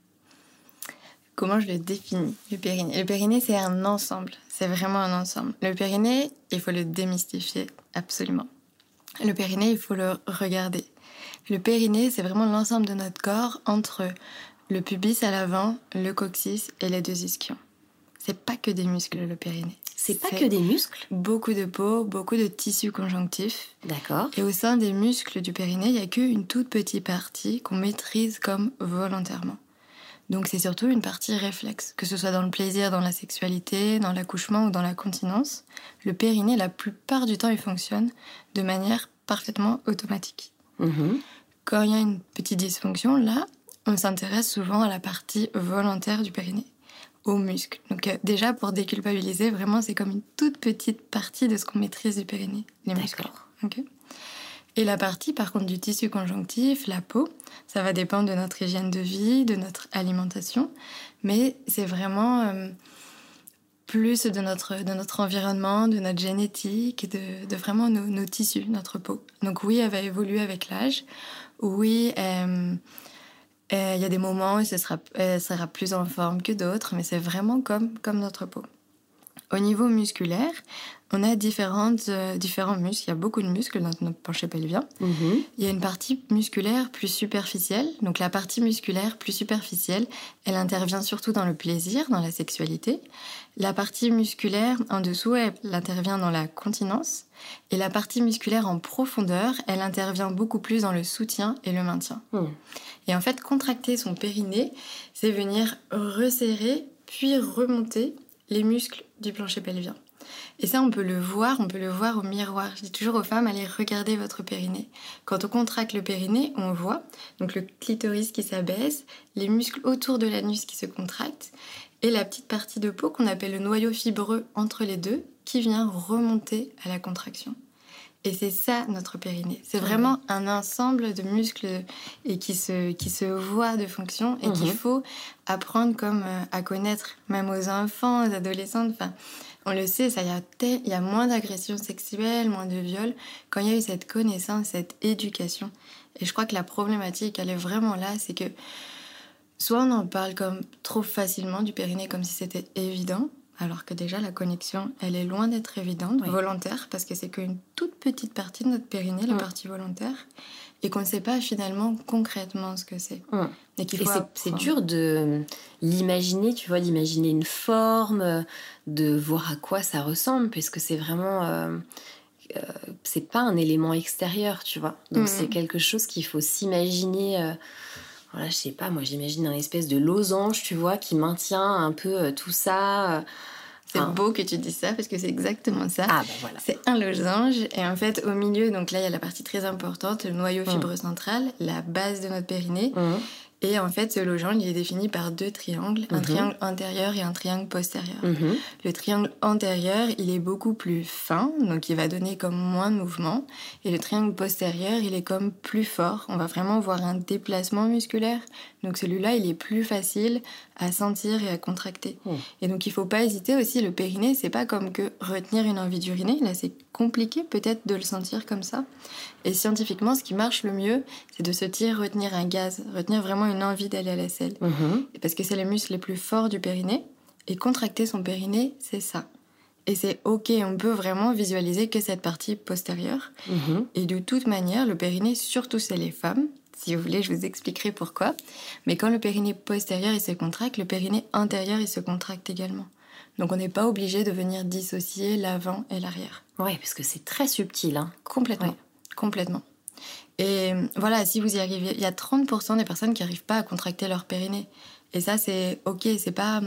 Comment je le définis, le périnée? Le périnée, c'est un ensemble. C'est vraiment un ensemble. Le périnée, il faut le démystifier, absolument. Le périnée, il faut le regarder. Le périnée, c'est vraiment l'ensemble de notre corps entre le pubis à l'avant, le coccyx et les deux ischions. C'est pas que des muscles, le périnée. C'est pas que des muscles? Beaucoup de peau, beaucoup de tissus conjonctifs. D'accord. Et au sein des muscles du périnée, il n'y a qu'une toute petite partie qu'on maîtrise comme volontairement. Donc c'est surtout une partie réflexe, que ce soit dans le plaisir, dans la sexualité, dans l'accouchement ou dans la continence. Le périnée, la plupart du temps, il fonctionne de manière parfaitement automatique. Quand il y a une petite dysfonction, là, on s'intéresse souvent à la partie volontaire du périnée, aux muscles. Donc déjà, pour déculpabiliser, vraiment, c'est comme une toute petite partie de ce qu'on maîtrise du périnée, les muscles. Okay. Et la partie, par contre, du tissu conjonctif, la peau, ça va dépendre de notre hygiène de vie, de notre alimentation, mais c'est vraiment plus de notre environnement, de notre génétique, de vraiment nos tissus, notre peau. Donc oui, elle va évoluer avec l'âge. Oui, il y a des moments où elle sera plus en forme que d'autres, mais c'est vraiment comme notre peau. Au niveau musculaire, on a différents muscles. Il y a beaucoup de muscles dans notre plancher pelvien. Il y a une partie musculaire plus superficielle. Donc la partie musculaire plus superficielle, elle intervient surtout dans le plaisir, dans la sexualité. La partie musculaire en dessous, elle intervient dans la continence. Et la partie musculaire en profondeur, elle intervient beaucoup plus dans le soutien et le maintien. Et en fait, contracter son périnée, c'est venir resserrer puis remonter les muscles du plancher pelvien. Et ça, on peut le voir au miroir. Je dis toujours aux femmes, allez regarder votre périnée. Quand on contracte le périnée, on voit donc le clitoris qui s'abaisse, les muscles autour de l'anus qui se contractent, et la petite partie de peau qu'on appelle le noyau fibreux entre les deux, qui vient remonter à la contraction. Et c'est ça, notre périnée. C'est vraiment un ensemble de muscles et qui se voient de fonction et qu'il faut apprendre à connaître, même aux enfants, aux adolescentes. Enfin, on le sait, il y a moins d'agressions sexuelles, moins de viols, quand il y a eu cette connaissance, cette éducation. Et je crois que la problématique, elle est vraiment là, c'est que soit on en parle comme trop facilement du périnée, comme si c'était évident, alors que déjà la connexion, elle est loin d'être évidente, volontaire, parce que c'est qu'une toute petite partie de notre périnée, la partie volontaire, et qu'on ne sait pas finalement concrètement ce que c'est. Et c'est dur de l'imaginer, tu vois, d'imaginer une forme, de voir à quoi ça ressemble, parce que c'est vraiment... c'est pas un élément extérieur, tu vois. Donc c'est quelque chose qu'il faut s'imaginer... Voilà, je sais pas, moi j'imagine un espèce de losange, tu vois, qui maintient un peu tout ça. C'est beau que tu dis ça, parce que c'est exactement ça. Ah, ben voilà. C'est un losange, et en fait, au milieu, donc là, il y a la partie très importante, le noyau fibreux central, la base de notre périnée. Et en fait, ce losange, il est défini par 2 triangles, un triangle antérieur et un triangle postérieur. Le triangle antérieur, il est beaucoup plus fin, donc il va donner comme moins de mouvement. Et le triangle postérieur, il est comme plus fort. On va vraiment voir un déplacement musculaire. Donc celui-là, il est plus facile à sentir et à contracter. Et donc il faut pas hésiter aussi, le périnée, c'est pas comme que retenir une envie d'uriner. Là, c'est compliqué peut-être de le sentir comme ça. Et scientifiquement, ce qui marche le mieux, c'est de se retenir un gaz, retenir vraiment une envie d'aller à la selle. Parce que c'est les muscles les plus forts du périnée. Et contracter son périnée, c'est ça. Et c'est OK, on peut vraiment visualiser que cette partie postérieure. Et de toute manière, le périnée, surtout chez les femmes, si vous voulez, je vous expliquerai pourquoi. Mais quand le périnée postérieur, il se contracte, le périnée antérieur, il se contracte également. Donc on n'est pas obligé de venir dissocier l'avant et l'arrière. Oui, parce que c'est très subtil. Hein. Complètement. Et voilà, si vous y arrivez, il y a 30% des personnes qui n'arrivent pas à contracter leur périnée. Et ça, c'est OK, c'est pas...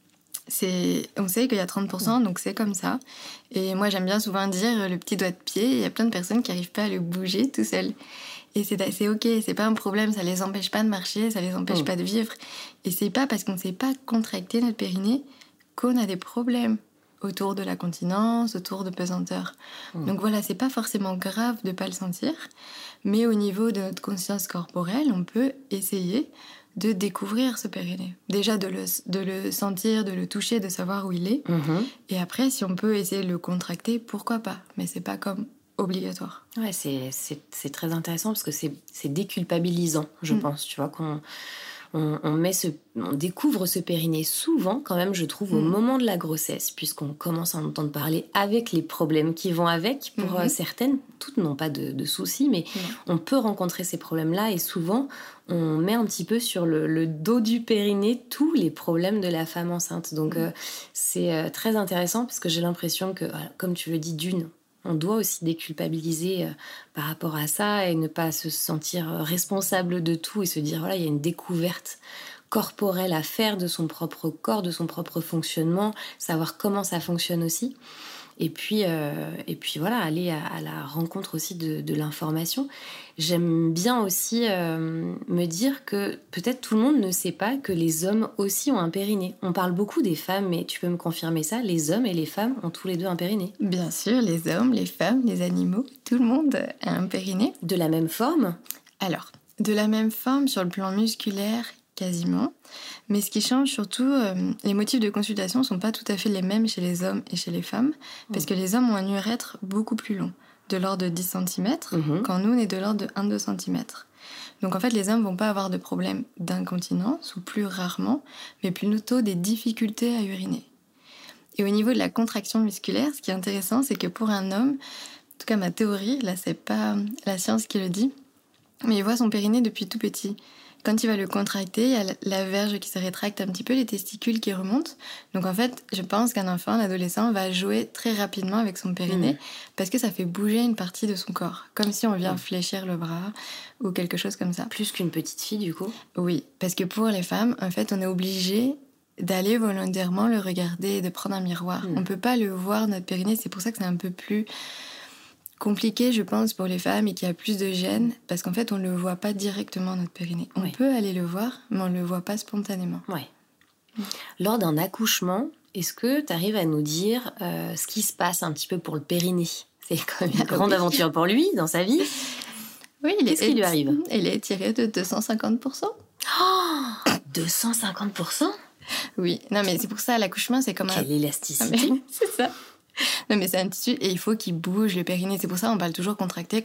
On sait qu'il y a 30%, donc c'est comme ça. Et moi, j'aime bien souvent dire le petit doigt de pied. Il y a plein de personnes qui n'arrivent pas à le bouger tout seul. Et c'est OK, c'est pas un problème. Ça les empêche pas de marcher, ça les empêche pas de vivre. Et c'est pas parce qu'on ne sait pas contracter notre périnée qu'on a des problèmes autour de la continence, autour de pesanteur. Donc voilà, c'est pas forcément grave de pas le sentir. Mais au niveau de notre conscience corporelle, on peut essayer de découvrir ce périnée. Déjà de le sentir, de le toucher, de savoir où il est. Et après, si on peut essayer de le contracter, pourquoi pas. Mais c'est pas comme obligatoire. Ouais, c'est très intéressant parce que c'est déculpabilisant, je pense, tu vois, on découvre ce périnée souvent, quand même, je trouve, au moment de la grossesse, puisqu'on commence à en entendre parler avec les problèmes qui vont avec. Pour certaines, toutes n'ont pas de soucis, mais on peut rencontrer ces problèmes-là et souvent, on met un petit peu sur le dos du périnée tous les problèmes de la femme enceinte. Donc, c'est très intéressant parce que j'ai l'impression que, comme tu le dis, on doit aussi déculpabiliser par rapport à ça et ne pas se sentir responsable de tout et se dire, voilà, il y a une découverte corporelle à faire de son propre corps, de son propre fonctionnement, savoir comment ça fonctionne aussi. Et puis voilà, aller à la rencontre aussi de l'information. J'aime bien aussi me dire que peut-être tout le monde ne sait pas que les hommes aussi ont un périnée. On parle beaucoup des femmes, mais tu peux me confirmer ça, les hommes et les femmes ont tous les deux un périnée. Bien sûr, les hommes, les femmes, les animaux, tout le monde a un périnée. De la même forme ? Alors, de la même forme sur le plan musculaire, quasiment. Mais ce qui change surtout, les motifs de consultation ne sont pas tout à fait les mêmes chez les hommes et chez les femmes, parce que les hommes ont un urètre beaucoup plus long, de l'ordre de 10 cm, quand nous, on est de l'ordre de 1-2 cm. Donc en fait, les hommes ne vont pas avoir de problème d'incontinence, ou plus rarement, mais plutôt des difficultés à uriner. Et au niveau de la contraction musculaire, ce qui est intéressant, c'est que pour un homme, en tout cas ma théorie, là c'est pas la science qui le dit, mais il voit son périnée depuis tout petit. Quand il va le contracter, il y a la verge qui se rétracte un petit peu, les testicules qui remontent. Donc en fait, je pense qu'un enfant, un adolescent, va jouer très rapidement avec son périnée parce que ça fait bouger une partie de son corps. Comme si on vient fléchir le bras ou quelque chose comme ça. Plus qu'une petite fille, du coup ? Oui, parce que pour les femmes, en fait, on est obligé... d'aller volontairement le regarder, de prendre un miroir. On ne peut pas le voir, notre périnée. C'est pour ça que c'est un peu plus compliqué, je pense, pour les femmes et qu'il y a plus de gêne, parce qu'en fait, on ne le voit pas directement, notre périnée. On peut aller le voir, mais on ne le voit pas spontanément. Ouais. Lors d'un accouchement, est-ce que tu arrives à nous dire ce qui se passe un petit peu pour le périnée ? C'est quand même une grande aventure pour lui, dans sa vie. Oui, qu'est-ce qui lui arrive ? Il est tiré de 250%. Oh, 250%? Oui, non mais c'est pour ça, l'accouchement, c'est comme Quelle élasticité. C'est ça. Non mais c'est un tissu et il faut qu'il bouge, le périnée. C'est pour ça on parle toujours contracter.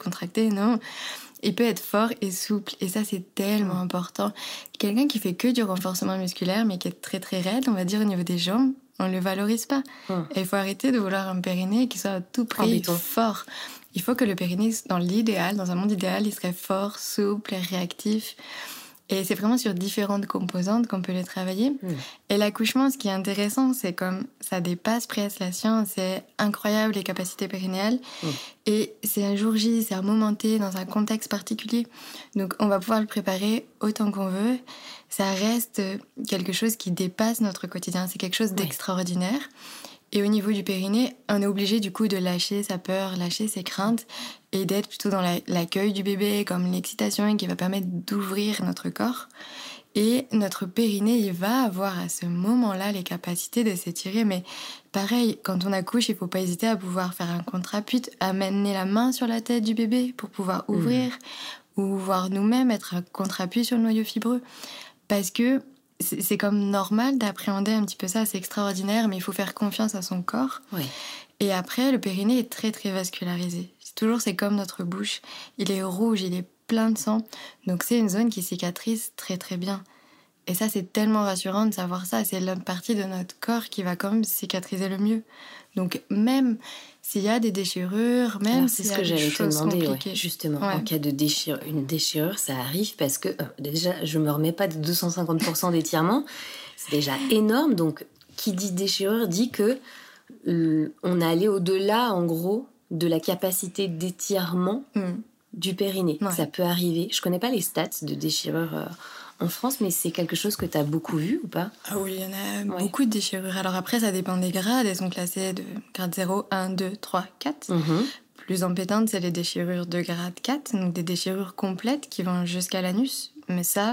Non, il peut être fort et souple. Et ça, c'est tellement important. Quelqu'un qui fait que du renforcement musculaire, mais qui est très très raide, on va dire au niveau des jambes, on ne le valorise pas. Et il faut arrêter de vouloir un périnée qui soit à tout prix fort. Il faut que le périnée, dans l'idéal, dans un monde idéal, il serait fort, souple, réactif. Et c'est vraiment sur différentes composantes qu'on peut les travailler. Et l'accouchement, ce qui est intéressant, c'est comme ça dépasse presque la science. C'est incroyable, les capacités périnéales. Et c'est un jour J, c'est un moment T, dans un contexte particulier. Donc, on va pouvoir le préparer autant qu'on veut. Ça reste quelque chose qui dépasse notre quotidien. C'est quelque chose d'extraordinaire. Et au niveau du périnée, on est obligé du coup de lâcher sa peur, lâcher ses craintes et d'être plutôt dans l'accueil du bébé, comme l'excitation qui va permettre d'ouvrir notre corps. Et notre périnée, il va avoir à ce moment-là les capacités de s'étirer. Mais pareil, quand on accouche, il ne faut pas hésiter à pouvoir faire un contre-appui, à mener la main sur la tête du bébé pour pouvoir ouvrir, ou voir nous-mêmes être un contre-appui sur le noyau fibreux. Parce que c'est comme normal d'appréhender un petit peu ça, c'est extraordinaire, mais il faut faire confiance à son corps. Et après, le périnée est très très vascularisé. C'est comme notre bouche, il est rouge, il est plein de sang, donc c'est une zone qui cicatrise très très bien. Et ça, c'est tellement rassurant de savoir ça, c'est la partie de notre corps qui va quand même cicatriser le mieux. Donc même s'il y a des déchirures, même s'il y a des choses compliquées. Justement, en cas de une déchirure, ça arrive parce que déjà, je me remets pas de 250% d'étirement, c'est déjà énorme. Donc, qui dit déchirure dit que on est allé au-delà, en gros, de la capacité d'étirement du périnée. Ça peut arriver. Je connais pas les stats de déchirure en France, mais c'est quelque chose que tu as beaucoup vu ou pas ? Ah oui, il y en a beaucoup de déchirures. Alors après, ça dépend des grades. Elles sont classées de grade 0, 1, 2, 3, 4. Plus embêtantes, c'est les déchirures de grade 4, donc des déchirures complètes qui vont jusqu'à l'anus. Mais ça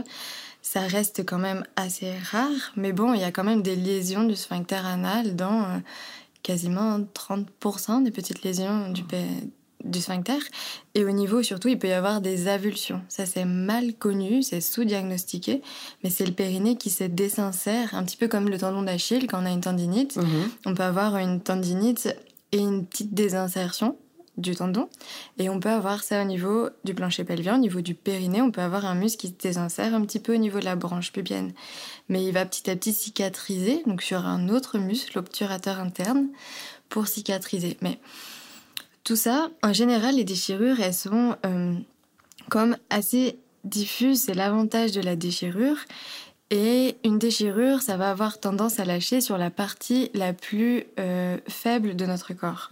reste quand même assez rare. Mais bon, il y a quand même des lésions du sphincter anal dans quasiment 30% des petites lésions du sphincter. Et au niveau, surtout, il peut y avoir des avulsions. Ça, c'est mal connu, c'est sous-diagnostiqué, mais c'est le périnée qui se désinsère, un petit peu comme le tendon d'Achille, quand on a une tendinite. On peut avoir une tendinite et une petite désinsertion du tendon, et on peut avoir ça au niveau du plancher pelvien, au niveau du périnée, on peut avoir un muscle qui se désinsère un petit peu au niveau de la branche pubienne. Mais il va petit à petit cicatriser, donc sur un autre muscle, l'obturateur interne, pour cicatriser. Mais tout ça, en général, les déchirures, elles sont comme assez diffuses. C'est l'avantage de la déchirure. Et une déchirure, ça va avoir tendance à lâcher sur la partie la plus faible de notre corps.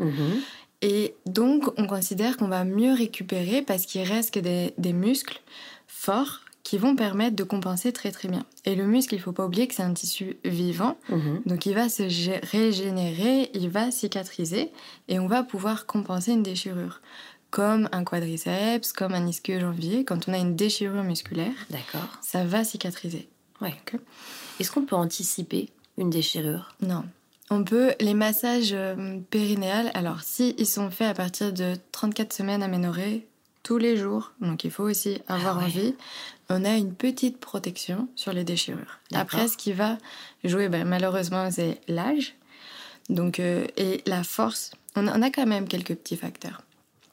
Et donc, on considère qu'on va mieux récupérer parce qu'il reste que des muscles forts qui vont permettre de compenser très très bien. Et le muscle, il ne faut pas oublier que c'est un tissu vivant, donc il va se régénérer, il va cicatriser, et on va pouvoir compenser une déchirure. Comme un quadriceps, comme un ischio-jambier, quand on a une déchirure musculaire, ça va cicatriser. Okay. Est-ce qu'on peut anticiper une déchirure ? Non. On peut, les massages périnéales, alors si ils sont faits à partir de 34 semaines aménorrhées, tous les jours, donc il faut aussi avoir envie, on a une petite protection sur les déchirures. Après, ce qui va jouer, malheureusement, c'est l'âge, donc, et la force. On a quand même quelques petits facteurs.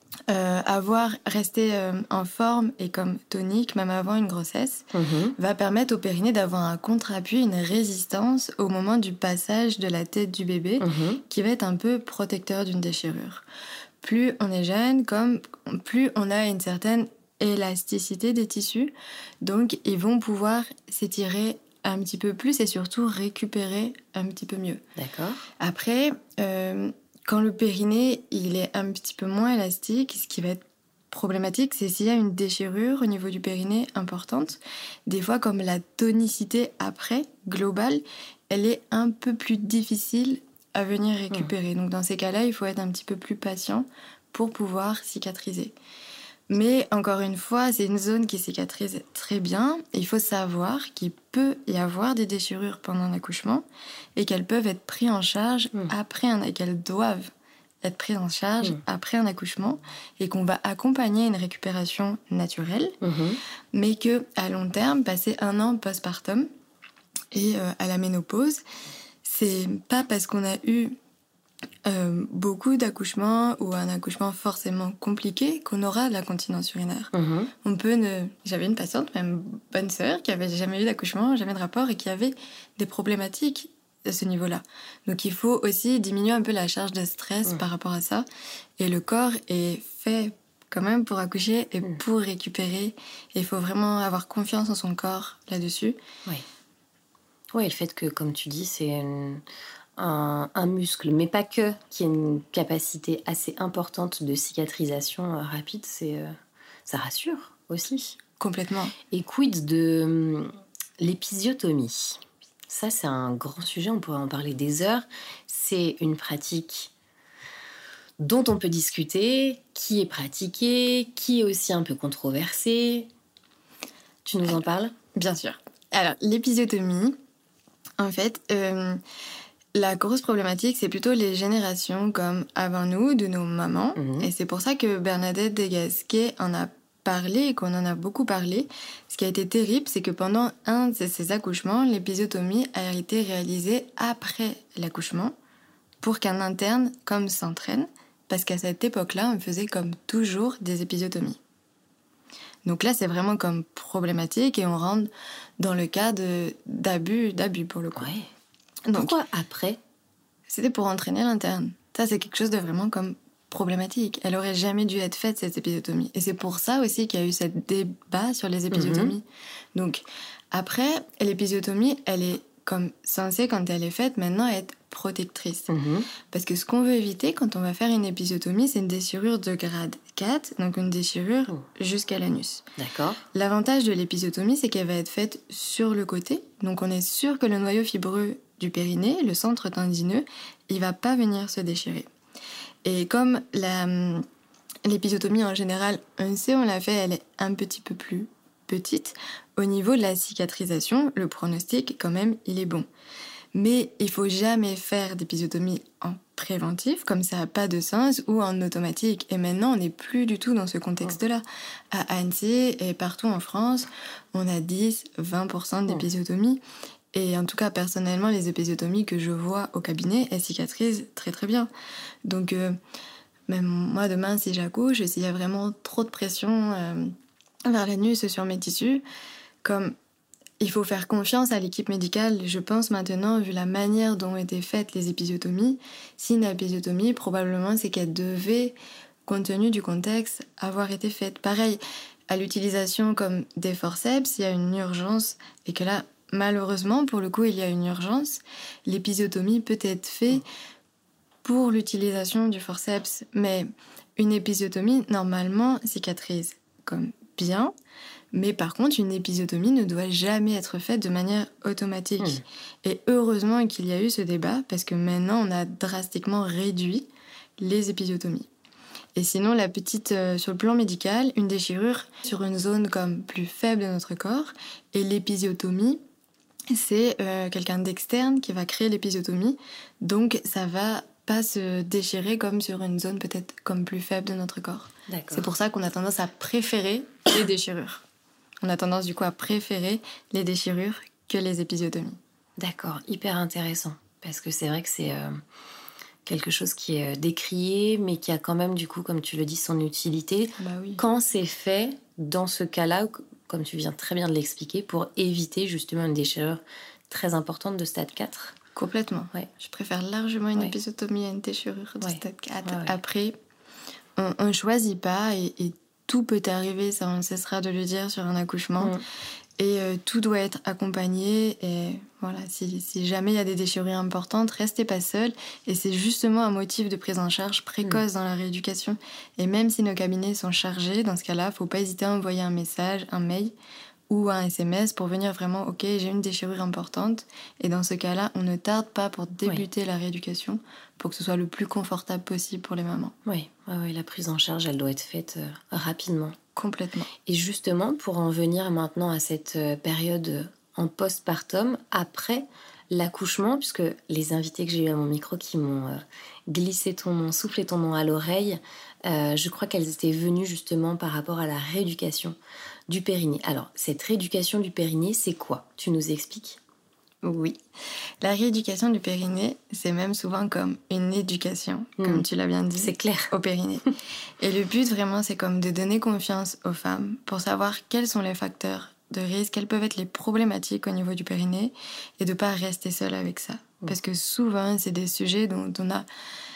Rester en forme et comme tonique, même avant une grossesse, va permettre au périnée d'avoir un contre-appui, une résistance au moment du passage de la tête du bébé, qui va être un peu protecteur d'une déchirure. Plus on est jeune, plus on a une certaine élasticité des tissus, donc ils vont pouvoir s'étirer un petit peu plus et surtout récupérer un petit peu mieux. Après, quand le périnée il est un petit peu moins élastique, ce qui va être problématique, c'est s'il y a une déchirure au niveau du périnée importante. Des fois, comme la tonicité après, globale, elle est un peu plus difficile à venir récupérer. Donc dans ces cas-là, il faut être un petit peu plus patient pour pouvoir cicatriser. Mais encore une fois, c'est une zone qui cicatrise très bien. Il faut savoir qu'il peut y avoir des déchirures pendant l'accouchement et qu'elles peuvent être prises en charge qu'elles doivent être prises en charge après un accouchement et qu'on va accompagner une récupération naturelle, mais qu'à long terme, passer 1 an postpartum et à la ménopause, c'est pas parce qu'on a eu beaucoup d'accouchements ou un accouchement forcément compliqué qu'on aura de la continence urinaire. On peut J'avais une patiente, même bonne sœur, qui avait jamais eu d'accouchement, jamais de rapport et qui avait des problématiques à ce niveau-là. Donc il faut aussi diminuer un peu la charge de stress par rapport à ça. Et le corps est fait quand même pour accoucher et pour récupérer. Et il faut vraiment avoir confiance en son corps là-dessus. Oui, le fait que, comme tu dis, c'est un muscle, mais pas que, qui a une capacité assez importante de cicatrisation rapide, ça rassure aussi. Complètement. Et quid de l'épisiotomie ? Ça, c'est un grand sujet, on pourrait en parler des heures. C'est une pratique dont on peut discuter, qui est pratiquée, qui est aussi un peu controversée. Tu nous en parles ? Bien sûr. Alors, l'épisiotomie, en fait, la grosse problématique, c'est plutôt les générations comme avant nous, de nos mamans. Et c'est pour ça que Bernadette Desgasquet en a parlé et qu'on en a beaucoup parlé. Ce qui a été terrible, c'est que pendant un de ces accouchements, l'épisiotomie a été réalisée après l'accouchement pour qu'un interne s'entraîne, parce qu'à cette époque-là, on faisait comme toujours des épisiotomies. Donc là, c'est vraiment comme problématique et on rentre dans le cas d'abus pour le coup. Ouais. Donc, pourquoi après ? C'était pour entraîner l'interne. Ça, c'est quelque chose de vraiment comme problématique. Elle aurait jamais dû être faite, cette épisiotomie. Et c'est pour ça aussi qu'il y a eu ce débat sur les épisiotomies. Donc, après, l'épisiotomie, elle est comme censée, quand elle est faite, maintenant être protectrice. Parce que ce qu'on veut éviter quand on va faire une épisiotomie, c'est une déchirure de grade 4, donc une déchirure jusqu'à l'anus. D'accord. L'avantage de l'épisiotomie, c'est qu'elle va être faite sur le côté. Donc on est sûr que le noyau fibreux du périnée, le centre tendineux, il va pas venir se déchirer. Et comme l'épisiotomie en général, on sait, on l'a fait, elle est un petit peu plus petite. Au niveau de la cicatrisation, le pronostic, quand même, il est bon. Mais il faut jamais faire d'épisiotomie en préventif, comme ça n'a pas de sens, ou en automatique. Et maintenant, on n'est plus du tout dans ce contexte-là. À Annecy et partout en France, on a 10-20% d'épisiotomie. Et en tout cas, personnellement, les épisiotomies que je vois au cabinet, elles cicatrisent très très bien. Donc, même moi, demain, si j'accouche, s'il y a vraiment trop de pression vers l'anus sur mes tissus, comme il faut faire confiance à l'équipe médicale, je pense maintenant, vu la manière dont ont été faites les épisiotomies. Si une épisiotomie, probablement, c'est qu'elle devait, compte tenu du contexte, avoir été faite. Pareil, à l'utilisation comme des forceps, il y a une urgence, et que là, malheureusement, pour le coup, il y a une urgence. L'épisiotomie peut être faite pour l'utilisation du forceps, mais une épisiotomie, normalement, cicatrise comme bien. Mais par contre, une épisiotomie ne doit jamais être faite de manière automatique. Et heureusement qu'il y a eu ce débat, parce que maintenant, on a drastiquement réduit les épisiotomies. Et sinon, la petite, sur le plan médical, une déchirure sur une zone comme plus faible de notre corps, et l'épisiotomie, c'est quelqu'un d'externe qui va créer l'épisiotomie, donc ça va pas se déchirer comme sur une zone peut-être comme plus faible de notre corps. D'accord. C'est pour ça qu'on a tendance à préférer les déchirures. On a tendance du coup à préférer les déchirures que les épisiotomies. D'accord, hyper intéressant. Parce que c'est vrai que c'est quelque chose qui est décrié, mais qui a quand même du coup, comme tu le dis, son utilité. Bah oui. Quand c'est fait dans ce cas-là, comme tu viens très bien de l'expliquer, pour éviter justement une déchirure très importante de stade 4. Complètement. Ouais. Je préfère largement une épisiotomie à une déchirure de stade 4. Ouais. Après, on ne choisit pas et tout peut arriver, ça on ne cessera de le dire sur un accouchement. Et tout doit être accompagné. Et voilà, si jamais il y a des déchirures importantes, restez pas seul. Et c'est justement un motif de prise en charge précoce dans la rééducation. Et même si nos cabinets sont chargés, dans ce cas-là, il ne faut pas hésiter à envoyer un message, un mail ou un SMS pour venir vraiment, ok, j'ai une déchirure importante. Et dans ce cas-là, on ne tarde pas pour débuter la rééducation pour que ce soit le plus confortable possible pour les mamans. Oui, la prise en charge, elle doit être faite rapidement. Complètement. Et justement, pour en venir maintenant à cette période en postpartum, après l'accouchement, puisque les invités que j'ai eu à mon micro qui m'ont glissé ton nom, soufflé ton nom à l'oreille, je crois qu'elles étaient venues justement par rapport à la rééducation du périnée. Alors, cette rééducation du périnée, c'est quoi? Tu nous expliques? Oui. La rééducation du périnée, c'est même souvent comme une éducation, comme tu l'as bien dit. C'est clair. Au périnée. Et le but, vraiment, c'est comme de donner confiance aux femmes pour savoir quels sont les facteurs de risque, quelles peuvent être les problématiques au niveau du périnée et de ne pas rester seule avec ça. Parce que souvent, c'est des sujets dont on a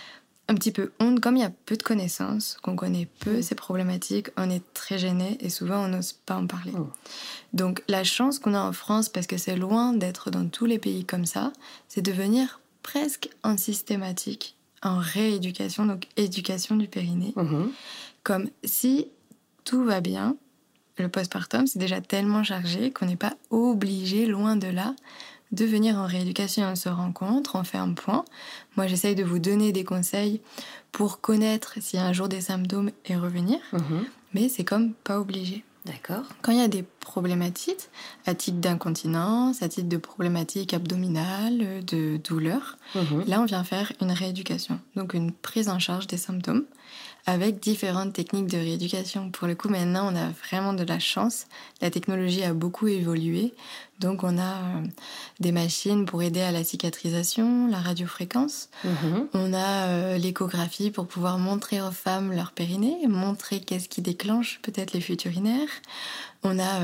un petit peu honte. Comme il y a peu de connaissances, qu'on connaît peu ces problématiques, on est très gêné et souvent, on n'ose pas en parler. Donc, la chance qu'on a en France, parce que c'est loin d'être dans tous les pays comme ça, c'est de venir presque en systématique, en rééducation, donc éducation du périnée. Comme si tout va bien, le postpartum, c'est déjà tellement chargé qu'on n'est pas obligé, loin de là, de venir en rééducation. On se rencontre, on fait un point. Moi, j'essaye de vous donner des conseils pour connaître s'il y a un jour des symptômes et revenir. Mais c'est comme pas obligé. D'accord. Quand il y a des problématiques, à titre d'incontinence, à titre de problématiques abdominales, de douleurs, là, on vient faire une rééducation. Donc, une prise en charge des symptômes avec différentes techniques de rééducation. Pour le coup, maintenant, on a vraiment de la chance. La technologie a beaucoup évolué. Donc, on a des machines pour aider à la cicatrisation, la radiofréquence. On a l'échographie pour pouvoir montrer aux femmes leur périnée, montrer qu'est-ce qui déclenche peut-être les fuites urinaires. On a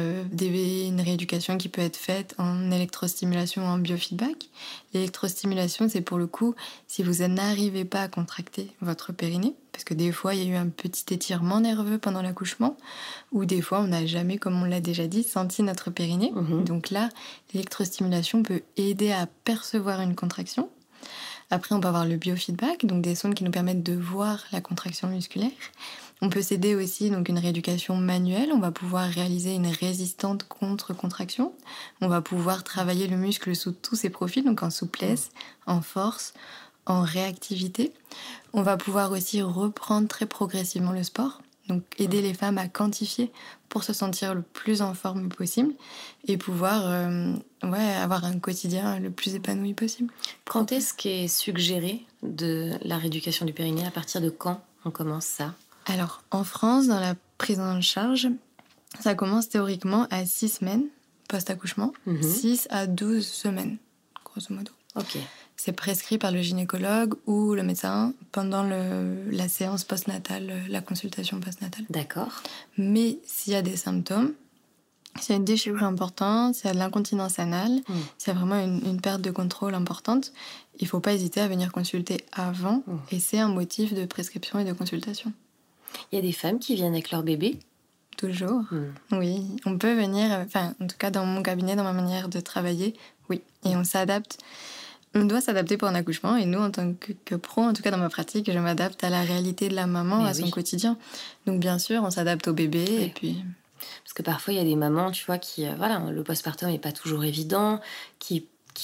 une rééducation qui peut être faite en électrostimulation ou en biofeedback. L'électrostimulation, c'est pour le coup, si vous n'arrivez pas à contracter votre périnée, parce que des fois, il y a eu un petit étirement nerveux pendant l'accouchement, ou des fois, on n'a jamais, comme on l'a déjà dit, senti notre périnée. Donc là, l'électrostimulation peut aider à percevoir une contraction. Après, on peut avoir le biofeedback, donc des sondes qui nous permettent de voir la contraction musculaire. On peut s'aider aussi, donc une rééducation manuelle. On va pouvoir réaliser une résistante contre-contraction. On va pouvoir travailler le muscle sous tous ses profils, donc en souplesse, en force, en réactivité. On va pouvoir aussi reprendre très progressivement le sport. Donc aider les femmes à quantifier pour se sentir le plus en forme possible et pouvoir avoir un quotidien le plus épanoui possible. Quand est-ce qu'est suggéré de la rééducation du périnée? À partir de quand on commence ça? Alors, en France, dans la prise en charge, ça commence théoriquement à 6 semaines post-accouchement, 6 à 12 semaines, grosso modo. Ok. C'est prescrit par le gynécologue ou le médecin pendant la séance postnatale, la consultation postnatale. D'accord. Mais s'il y a des symptômes, s'il y a une déchirure importante, s'il y a de l'incontinence anale, s'il y a vraiment une perte de contrôle importante, il ne faut pas hésiter à venir consulter avant et c'est un motif de prescription et de consultation. Il y a des femmes qui viennent avec leur bébé? Toujours. Oui, on peut venir, en tout cas dans mon cabinet, dans ma manière de travailler, oui. Et on s'adapte. On doit s'adapter pour un accouchement et nous, en tant que pro, en tout cas dans ma pratique, je m'adapte à la réalité de la maman, à son quotidien. Donc bien sûr, on s'adapte au bébé et puis... Parce que parfois, il y a des mamans, tu vois, qui... le postpartum n'est pas toujours évident, qui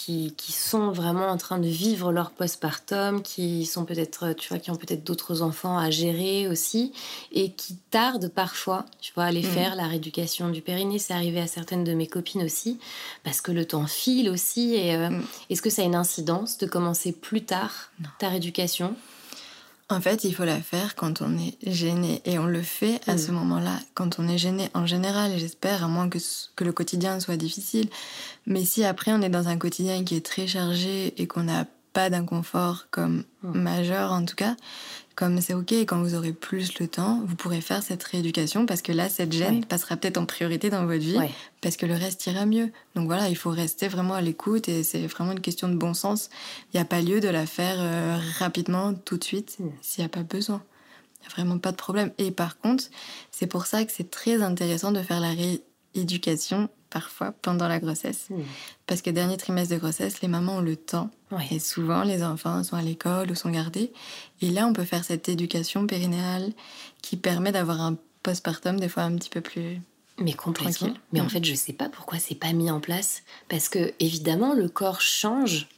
sont vraiment en train de vivre leur postpartum, qui sont peut-être, tu vois, qui ont peut-être d'autres enfants à gérer aussi, et qui tardent parfois, tu vois, à aller faire la rééducation du périnée. C'est arrivé à certaines de mes copines aussi, parce que le temps file aussi. Et est-ce que ça a une incidence de commencer plus tard ta rééducation? En fait, il faut la faire quand on est gêné. Et on le fait à ce moment-là, quand on est gêné en général, et j'espère, à moins que le quotidien soit difficile. Mais si après, on est dans un quotidien qui est très chargé et qu'on n'a pas d'inconfort comme majeur, en tout cas, comme c'est OK, et quand vous aurez plus le temps, vous pourrez faire cette rééducation parce que là, cette gêne passera peut-être en priorité dans votre vie parce que le reste ira mieux. Donc voilà, il faut rester vraiment à l'écoute et c'est vraiment une question de bon sens. Il n'y a pas lieu de la faire rapidement, tout de suite, s'il n'y a pas besoin. Il n'y a vraiment pas de problème. Et par contre, c'est pour ça que c'est très intéressant de faire la rééducation parfois pendant la grossesse. Parce que dernier trimestre de grossesse, les mamans ont le temps. Et souvent, les enfants sont à l'école ou sont gardés. Et là, on peut faire cette éducation périnéale qui permet d'avoir un postpartum des fois un petit peu plus... Mais complètement. Tranquille. Mais en fait, je sais pas pourquoi c'est pas mis en place. Parce que, évidemment, le corps change.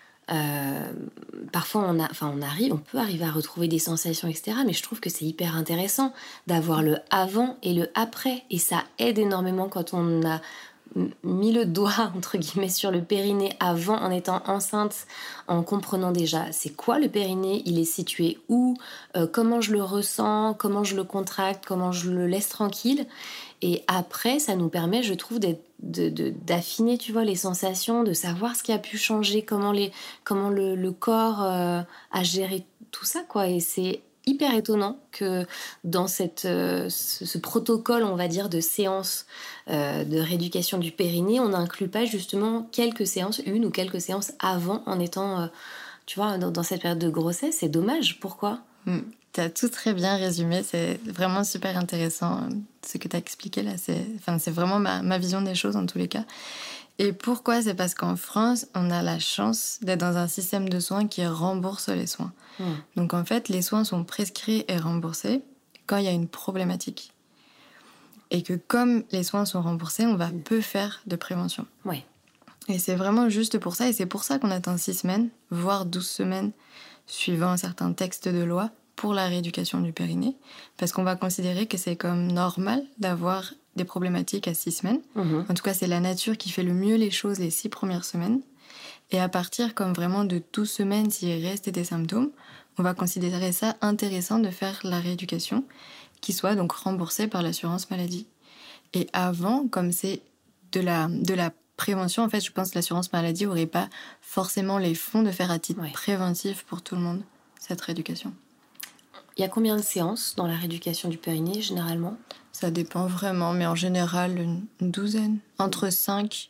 Parfois, on peut arriver à retrouver des sensations, etc. Mais je trouve que c'est hyper intéressant d'avoir le avant et le après. Et ça aide énormément quand on a mis le doigt, entre guillemets, sur le périnée avant, en étant enceinte, en comprenant déjà c'est quoi le périnée, il est situé où, comment je le ressens, comment je le contracte, comment je le laisse tranquille. Et après, ça nous permet, je trouve, d'affiner, tu vois, les sensations, de savoir ce qui a pu changer, comment le corps a géré tout ça, quoi. Et c'est hyper étonnant que dans ce protocole, on va dire, de séance de rééducation du périnée, on n'inclut pas justement une ou quelques séances avant, en étant, tu vois, dans cette période de grossesse. C'est dommage. Pourquoi ? T'as tout très bien résumé, c'est vraiment super intéressant ce que t'as expliqué là, c'est vraiment ma vision des choses en tous les cas. Et pourquoi ? C'est parce qu'en France, on a la chance d'être dans un système de soins qui rembourse les soins. Donc en fait, les soins sont prescrits et remboursés quand il y a une problématique. Et que comme les soins sont remboursés, on va peu faire de prévention. Et c'est vraiment juste pour ça, et c'est pour ça qu'on attend 6 semaines, voire 12 semaines, suivant certains textes de loi, pour la rééducation du périnée, parce qu'on va considérer que c'est comme normal d'avoir des problématiques à 6 semaines. En tout cas, c'est la nature qui fait le mieux les choses les 6 premières semaines. Et à partir comme vraiment de 12 semaines, s'il reste des symptômes, on va considérer ça intéressant de faire la rééducation, qui soit donc remboursée par l'assurance maladie. Et avant, comme c'est de la prévention, en fait, je pense que l'assurance maladie n'aurait pas forcément les fonds de faire à titre préventif pour tout le monde, cette rééducation. Il y a combien de séances dans la rééducation du périnée, généralement ? Ça dépend vraiment, mais en général, une douzaine. Entre 5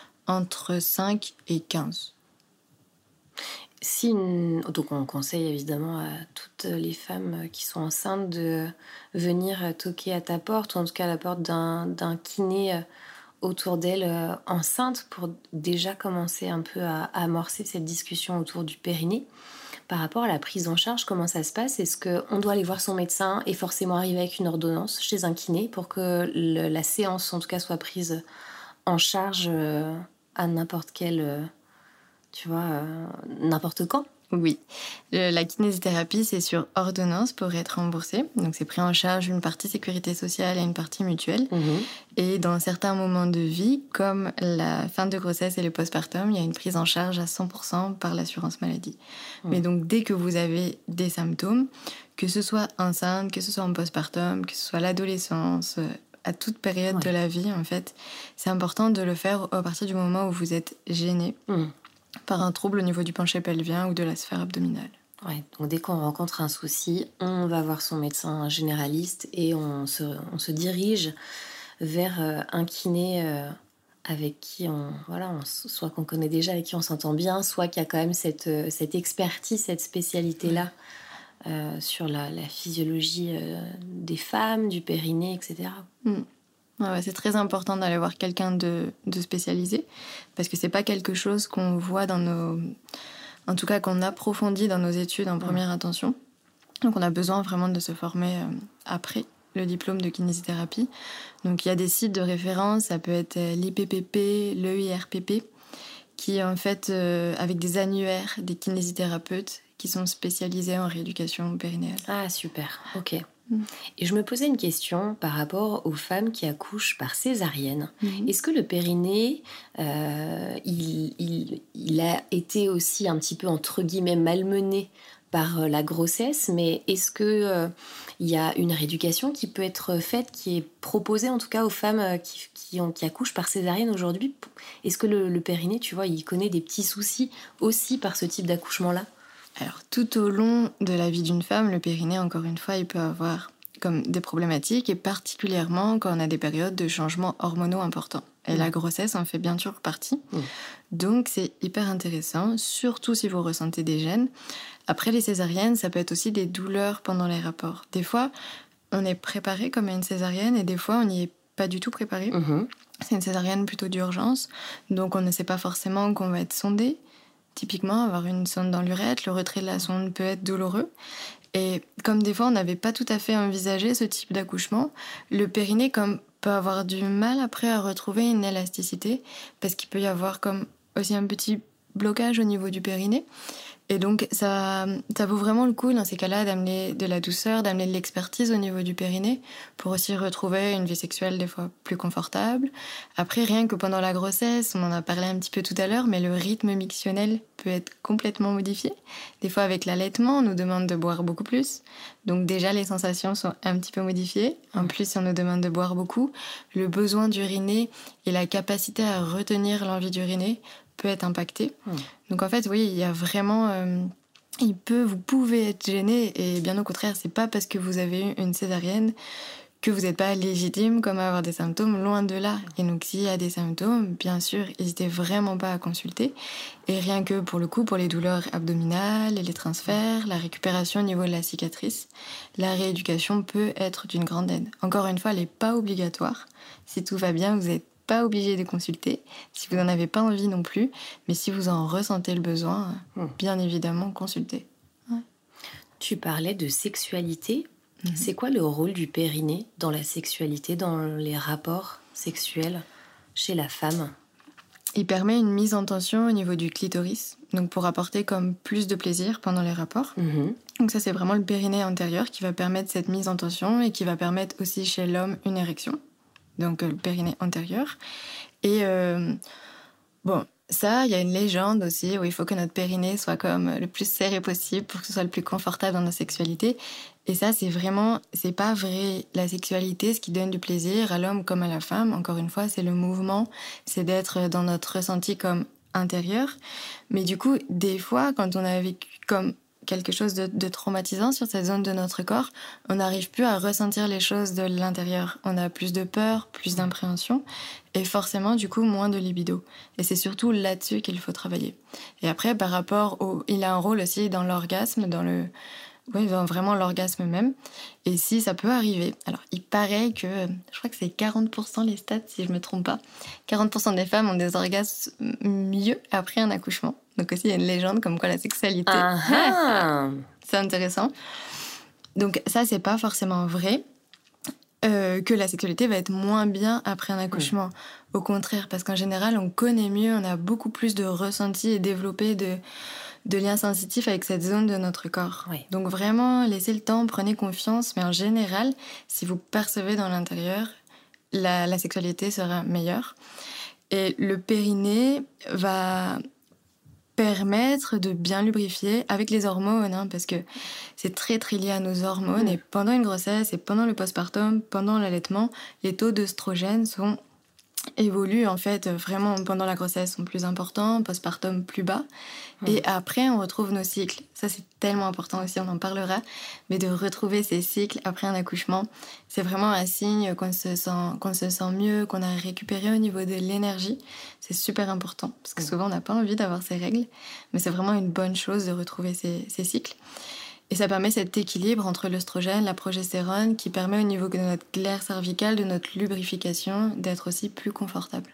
et 15. Donc on conseille évidemment à toutes les femmes qui sont enceintes de venir toquer à ta porte, ou en tout cas à la porte d'un kiné autour d'elles enceintes, pour déjà commencer un peu à amorcer cette discussion autour du périnée. Par rapport à la prise en charge, comment ça se passe ? Est-ce qu'on doit aller voir son médecin et forcément arriver avec une ordonnance chez un kiné pour que la séance, en tout cas, soit prise en charge à n'importe quel, n'importe quand ? Oui. La kinésithérapie, c'est sur ordonnance pour être remboursée. Donc, c'est pris en charge une partie sécurité sociale et une partie mutuelle. Et dans certains moments de vie, comme la fin de grossesse et le postpartum, il y a une prise en charge à 100% par l'assurance maladie. Mais donc, dès que vous avez des symptômes, que ce soit enceinte, que ce soit en postpartum, que ce soit l'adolescence, à toute période de la vie, en fait, c'est important de le faire à partir du moment où vous êtes gêné. Par un trouble au niveau du penché pelvien ou de la sphère abdominale. Donc dès qu'on rencontre un souci, on va voir son médecin généraliste et on se dirige vers un kiné avec qui soit qu'on connaît déjà, avec qui on s'entend bien, soit qu'il y a quand même cette expertise, cette spécialité-là sur la physiologie des femmes, du périnée, etc. C'est très important d'aller voir quelqu'un de spécialisé, parce que c'est pas quelque chose qu'on voit en tout cas qu'on approfondit dans nos études en première intention. Donc on a besoin vraiment de se former après le diplôme de kinésithérapie. Donc il y a des sites de référence, ça peut être l'IPPP, l'EIRPP, qui en fait avec des annuaires des kinésithérapeutes qui sont spécialisés en rééducation périnéale. Ah super, ok. Et je me posais une question par rapport aux femmes qui accouchent par césarienne. Est-ce que le périnée, il a été aussi un petit peu, entre guillemets, malmené par la grossesse, mais est-ce que il y a une rééducation qui peut être faite, qui est proposée en tout cas aux femmes qui accouchent par césarienne aujourd'hui ? Est-ce que le périnée, tu vois, il connaît des petits soucis aussi par ce type d'accouchement-là ? Alors, tout au long de la vie d'une femme, le périnée, encore une fois, il peut avoir comme des problématiques, et particulièrement quand on a des périodes de changements hormonaux importants. Et la grossesse en fait bien sûr partie. Donc, c'est hyper intéressant, surtout si vous ressentez des gènes. Après les césariennes, ça peut être aussi des douleurs pendant les rapports. Des fois, on est préparé comme à une césarienne, et des fois, on n'y est pas du tout préparé. c'est une césarienne plutôt d'urgence, donc on ne sait pas forcément qu'on va être sondé. Typiquement, avoir une sonde dans l'urètre, le retrait de la sonde peut être douloureux. Et comme des fois, on n'avait pas tout à fait envisagé ce type d'accouchement, le périnée peut avoir du mal après à retrouver une élasticité, parce qu'il peut y avoir comme aussi un petit blocage au niveau du périnée. Et donc, ça vaut vraiment le coup, dans ces cas-là, d'amener de la douceur, d'amener de l'expertise au niveau du périnée pour aussi retrouver une vie sexuelle des fois plus confortable. Après, rien que pendant la grossesse, on en a parlé un petit peu tout à l'heure, mais le rythme mictionnel peut être complètement modifié. Des fois, avec l'allaitement, on nous demande de boire beaucoup plus. Donc déjà, les sensations sont un petit peu modifiées. En plus, si on nous demande de boire beaucoup, le besoin d'uriner et la capacité à retenir l'envie d'uriner peut être impacté. Donc en fait, oui, il y a vraiment... vous pouvez être gêné, et bien au contraire, c'est pas parce que vous avez eu une césarienne que vous n'êtes pas légitime comme à avoir des symptômes, loin de là. Et donc s'il y a des symptômes, bien sûr, n'hésitez vraiment pas à consulter. Et rien que pour le coup, pour les douleurs abdominales, les transferts, la récupération au niveau de la cicatrice, la rééducation peut être d'une grande aide. Encore une fois, elle n'est pas obligatoire. Si tout va bien, vous n'êtes pas obligé de consulter, si vous n'en avez pas envie non plus, mais si vous en ressentez le besoin, bien évidemment, consultez. Ouais. Tu parlais de sexualité. C'est quoi le rôle du périnée dans la sexualité, dans les rapports sexuels chez la femme ? Il permet une mise en tension au niveau du clitoris, donc pour apporter comme plus de plaisir pendant les rapports. Donc ça, c'est vraiment le périnée antérieur qui va permettre cette mise en tension et qui va permettre aussi chez l'homme une érection. Donc le périnée antérieur. Et ça, il y a une légende aussi où il faut que notre périnée soit comme le plus serré possible pour que ce soit le plus confortable dans notre sexualité. Et ça, c'est pas vrai. La sexualité, ce qui donne du plaisir à l'homme comme à la femme, encore une fois, c'est le mouvement, c'est d'être dans notre ressenti comme intérieur. Mais du coup, des fois, quand on a vécu comme quelque chose de traumatisant sur cette zone de notre corps, on n'arrive plus à ressentir les choses de l'intérieur. On a plus de peur, plus d'impréhension et forcément, du coup, moins de libido. Et c'est surtout là-dessus qu'il faut travailler. Et après, par rapport il a un rôle aussi dans l'orgasme, dans vraiment l'orgasme même. Et si ça peut arriver, alors il paraît que, je crois que c'est 40% les stats, si je me trompe pas, 40% des femmes ont des orgasmes mieux après un accouchement. Donc aussi, il y a une légende comme quoi la sexualité... c'est intéressant. Donc ça, c'est pas forcément vrai que la sexualité va être moins bien après un accouchement. Au contraire, parce qu'en général, on connaît mieux, on a beaucoup plus de ressentis et développé de liens sensitifs avec cette zone de notre corps. Oui. Donc vraiment, laissez le temps, prenez confiance. Mais en général, si vous percevez dans l'intérieur, la sexualité sera meilleure. Et le périnée va permettre de bien lubrifier avec les hormones, parce que c'est très très lié à nos hormones. Et pendant une grossesse et pendant le postpartum, pendant l'allaitement, les taux d'œstrogène évoluent en fait vraiment pendant la grossesse sont plus importants, postpartum plus bas. Et après, on retrouve nos cycles. Ça, c'est tellement important aussi, on en parlera. Mais de retrouver ces cycles après un accouchement, c'est vraiment un signe qu'on se sent mieux, qu'on a récupéré au niveau de l'énergie. C'est super important, parce que souvent, on n'a pas envie d'avoir ces règles. Mais c'est vraiment une bonne chose de retrouver ces cycles. Et ça permet cet équilibre entre l'œstrogène, la progestérone, qui permet au niveau de notre glaire cervicale, de notre lubrification, d'être aussi plus confortable.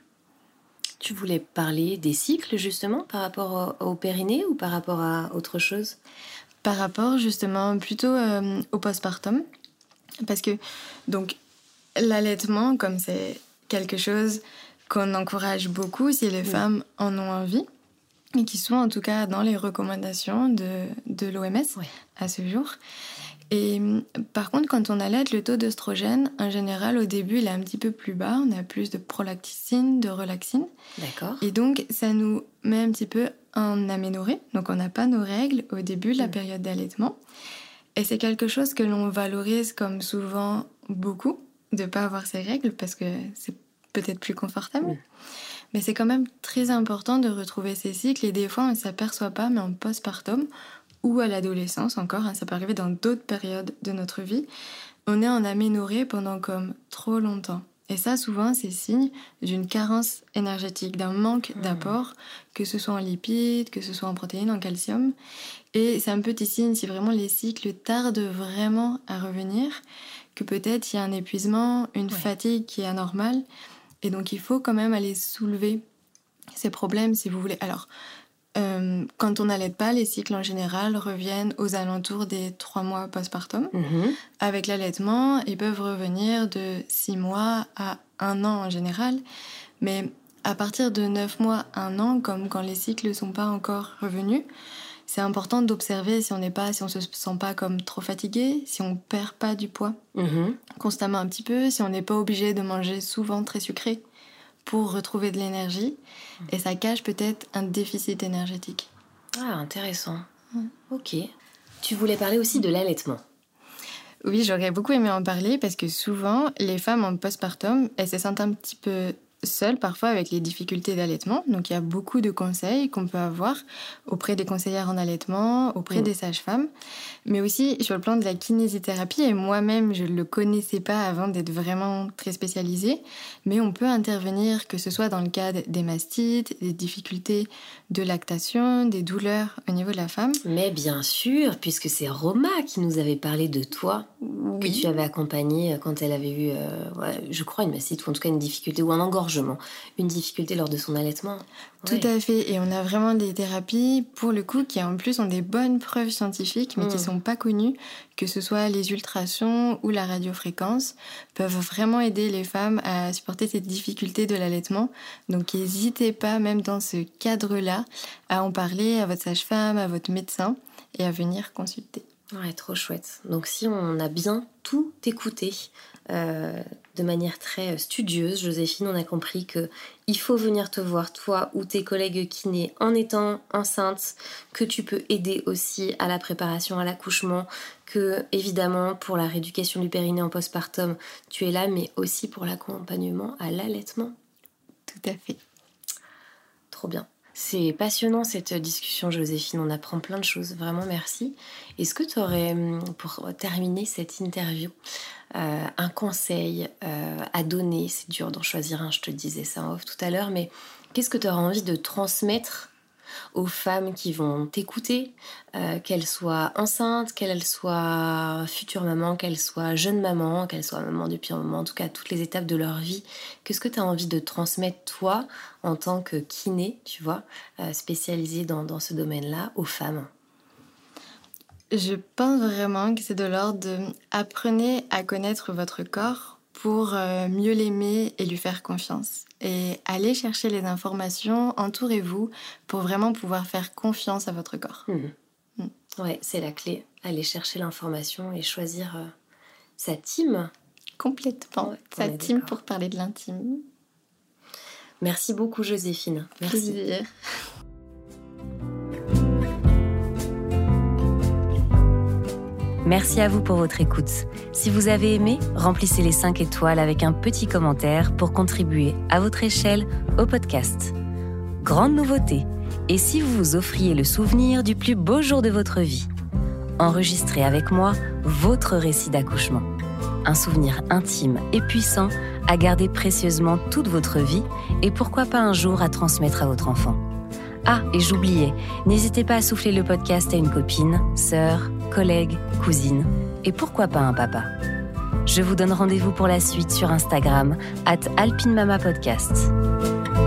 Tu voulais parler des cycles, justement, par rapport au périnée ou par rapport à autre chose ? Par rapport, justement, plutôt au postpartum. Parce que, donc, l'allaitement, comme c'est quelque chose qu'on encourage beaucoup si les femmes en ont envie, et qui sont en tout cas dans les recommandations de l'OMS à ce jour. Et par contre, quand on allaite, le taux d'œstrogène, en général, au début, il est un petit peu plus bas. On a plus de prolactine, de relaxine. D'accord. Et donc, ça nous met un petit peu en aménorrhée. Donc, on n'a pas nos règles au début de la période d'allaitement. Et c'est quelque chose que l'on valorise comme souvent beaucoup, de ne pas avoir ces règles, parce que c'est peut-être plus confortable. Mais c'est quand même très important de retrouver ces cycles. Et des fois, on ne s'aperçoit pas, mais en postpartum ou à l'adolescence encore, ça peut arriver dans d'autres périodes de notre vie, on est en aménorrhée pendant comme trop longtemps. Et ça, souvent, c'est signe d'une carence énergétique, d'un manque d'apport, que ce soit en lipides, que ce soit en protéines, en calcium. Et c'est un petit signe, si vraiment les cycles tardent vraiment à revenir, que peut-être il y a un épuisement, une fatigue qui est anormale. Et donc, il faut quand même aller soulever ces problèmes, si vous voulez. Alors, quand on n'allait pas, les cycles en général reviennent aux alentours des 3 mois postpartum. Avec l'allaitement, ils peuvent revenir de 6 mois à 1 an en général. Mais à partir de 9 mois, 1 an, comme quand les cycles ne sont pas encore revenus, c'est important d'observer si on se sent pas comme trop fatigué, si on perd pas du poids constamment un petit peu, si on n'est pas obligé de manger souvent très sucré pour retrouver de l'énergie. Et ça cache peut-être un déficit énergétique. Ah, intéressant. Ok. Tu voulais parler aussi de l'allaitement. Oui, j'aurais beaucoup aimé en parler parce que souvent, les femmes en postpartum, elles se sentent un petit peu seules parfois avec les difficultés d'allaitement. Donc, il y a beaucoup de conseils qu'on peut avoir auprès des conseillères en allaitement, auprès des sages-femmes, mais aussi sur le plan de la kinésithérapie. Et moi-même, je ne le connaissais pas avant d'être vraiment très spécialisée, mais on peut intervenir, que ce soit dans le cadre des mastites, des difficultés de lactation, des douleurs au niveau de la femme. Mais bien sûr, puisque c'est Roma qui nous avait parlé de toi, que tu avais accompagnée quand elle avait eu, je crois, une mastite, ou en tout cas une difficulté, ou un engorgement, une difficulté lors de son allaitement. Tout à fait, et on a vraiment des thérapies, pour le coup, qui en plus ont des bonnes preuves scientifiques, mais qui ne sont pas connues, que ce soit les ultrasons ou la radiofréquence, peuvent vraiment aider les femmes à supporter ces difficultés de l'allaitement. Donc n'hésitez pas, même dans ce cadre-là, à en parler à votre sage-femme, à votre médecin, et à venir consulter. Ouais, trop chouette. Donc si on a bien tout écouté de manière très studieuse, Joséphine, on a compris qu'il faut venir te voir, toi ou tes collègues kinés, en étant enceinte, que tu peux aider aussi à la préparation à l'accouchement, que évidemment pour la rééducation du périnée en postpartum, tu es là, mais aussi pour l'accompagnement à l'allaitement. Tout à fait. Trop bien. C'est passionnant cette discussion, Joséphine. On apprend plein de choses. Vraiment, merci. Est-ce que tu aurais, pour terminer cette interview, un conseil à donner? C'est dur d'en choisir un, je te disais ça en off tout à l'heure, mais qu'est-ce que tu aurais envie de transmettre aux femmes qui vont t'écouter, qu'elles soient enceintes, qu'elles soient futures mamans, qu'elles soient jeunes mamans, qu'elles soient mamans depuis un moment, en tout cas toutes les étapes de leur vie. Qu'est-ce que tu as envie de transmettre, toi, en tant que kiné, tu vois, spécialisée dans ce domaine-là, aux femmes? Je pense vraiment que c'est de l'ordre de apprenez à connaître votre corps pour mieux l'aimer et lui faire confiance. Et allez chercher les informations, entourez-vous pour vraiment pouvoir faire confiance à votre corps. Ouais, c'est la clé. Aller chercher l'information et choisir sa team. Complètement. Ouais, sa team pour parler de l'intime. Merci beaucoup, Joséphine. Merci. Plaisir. Merci à vous pour votre écoute. Si vous avez aimé, remplissez les 5 étoiles avec un petit commentaire pour contribuer à votre échelle au podcast. Grande nouveauté, et si vous vous offriez le souvenir du plus beau jour de votre vie? Enregistrez avec moi votre récit d'accouchement. Un souvenir intime et puissant à garder précieusement toute votre vie et pourquoi pas un jour à transmettre à votre enfant. Ah, et j'oubliais, n'hésitez pas à souffler le podcast à une copine, sœur, collègue, cousine, et pourquoi pas un papa. Je vous donne rendez-vous pour la suite sur Instagram @alpinemamapodcast.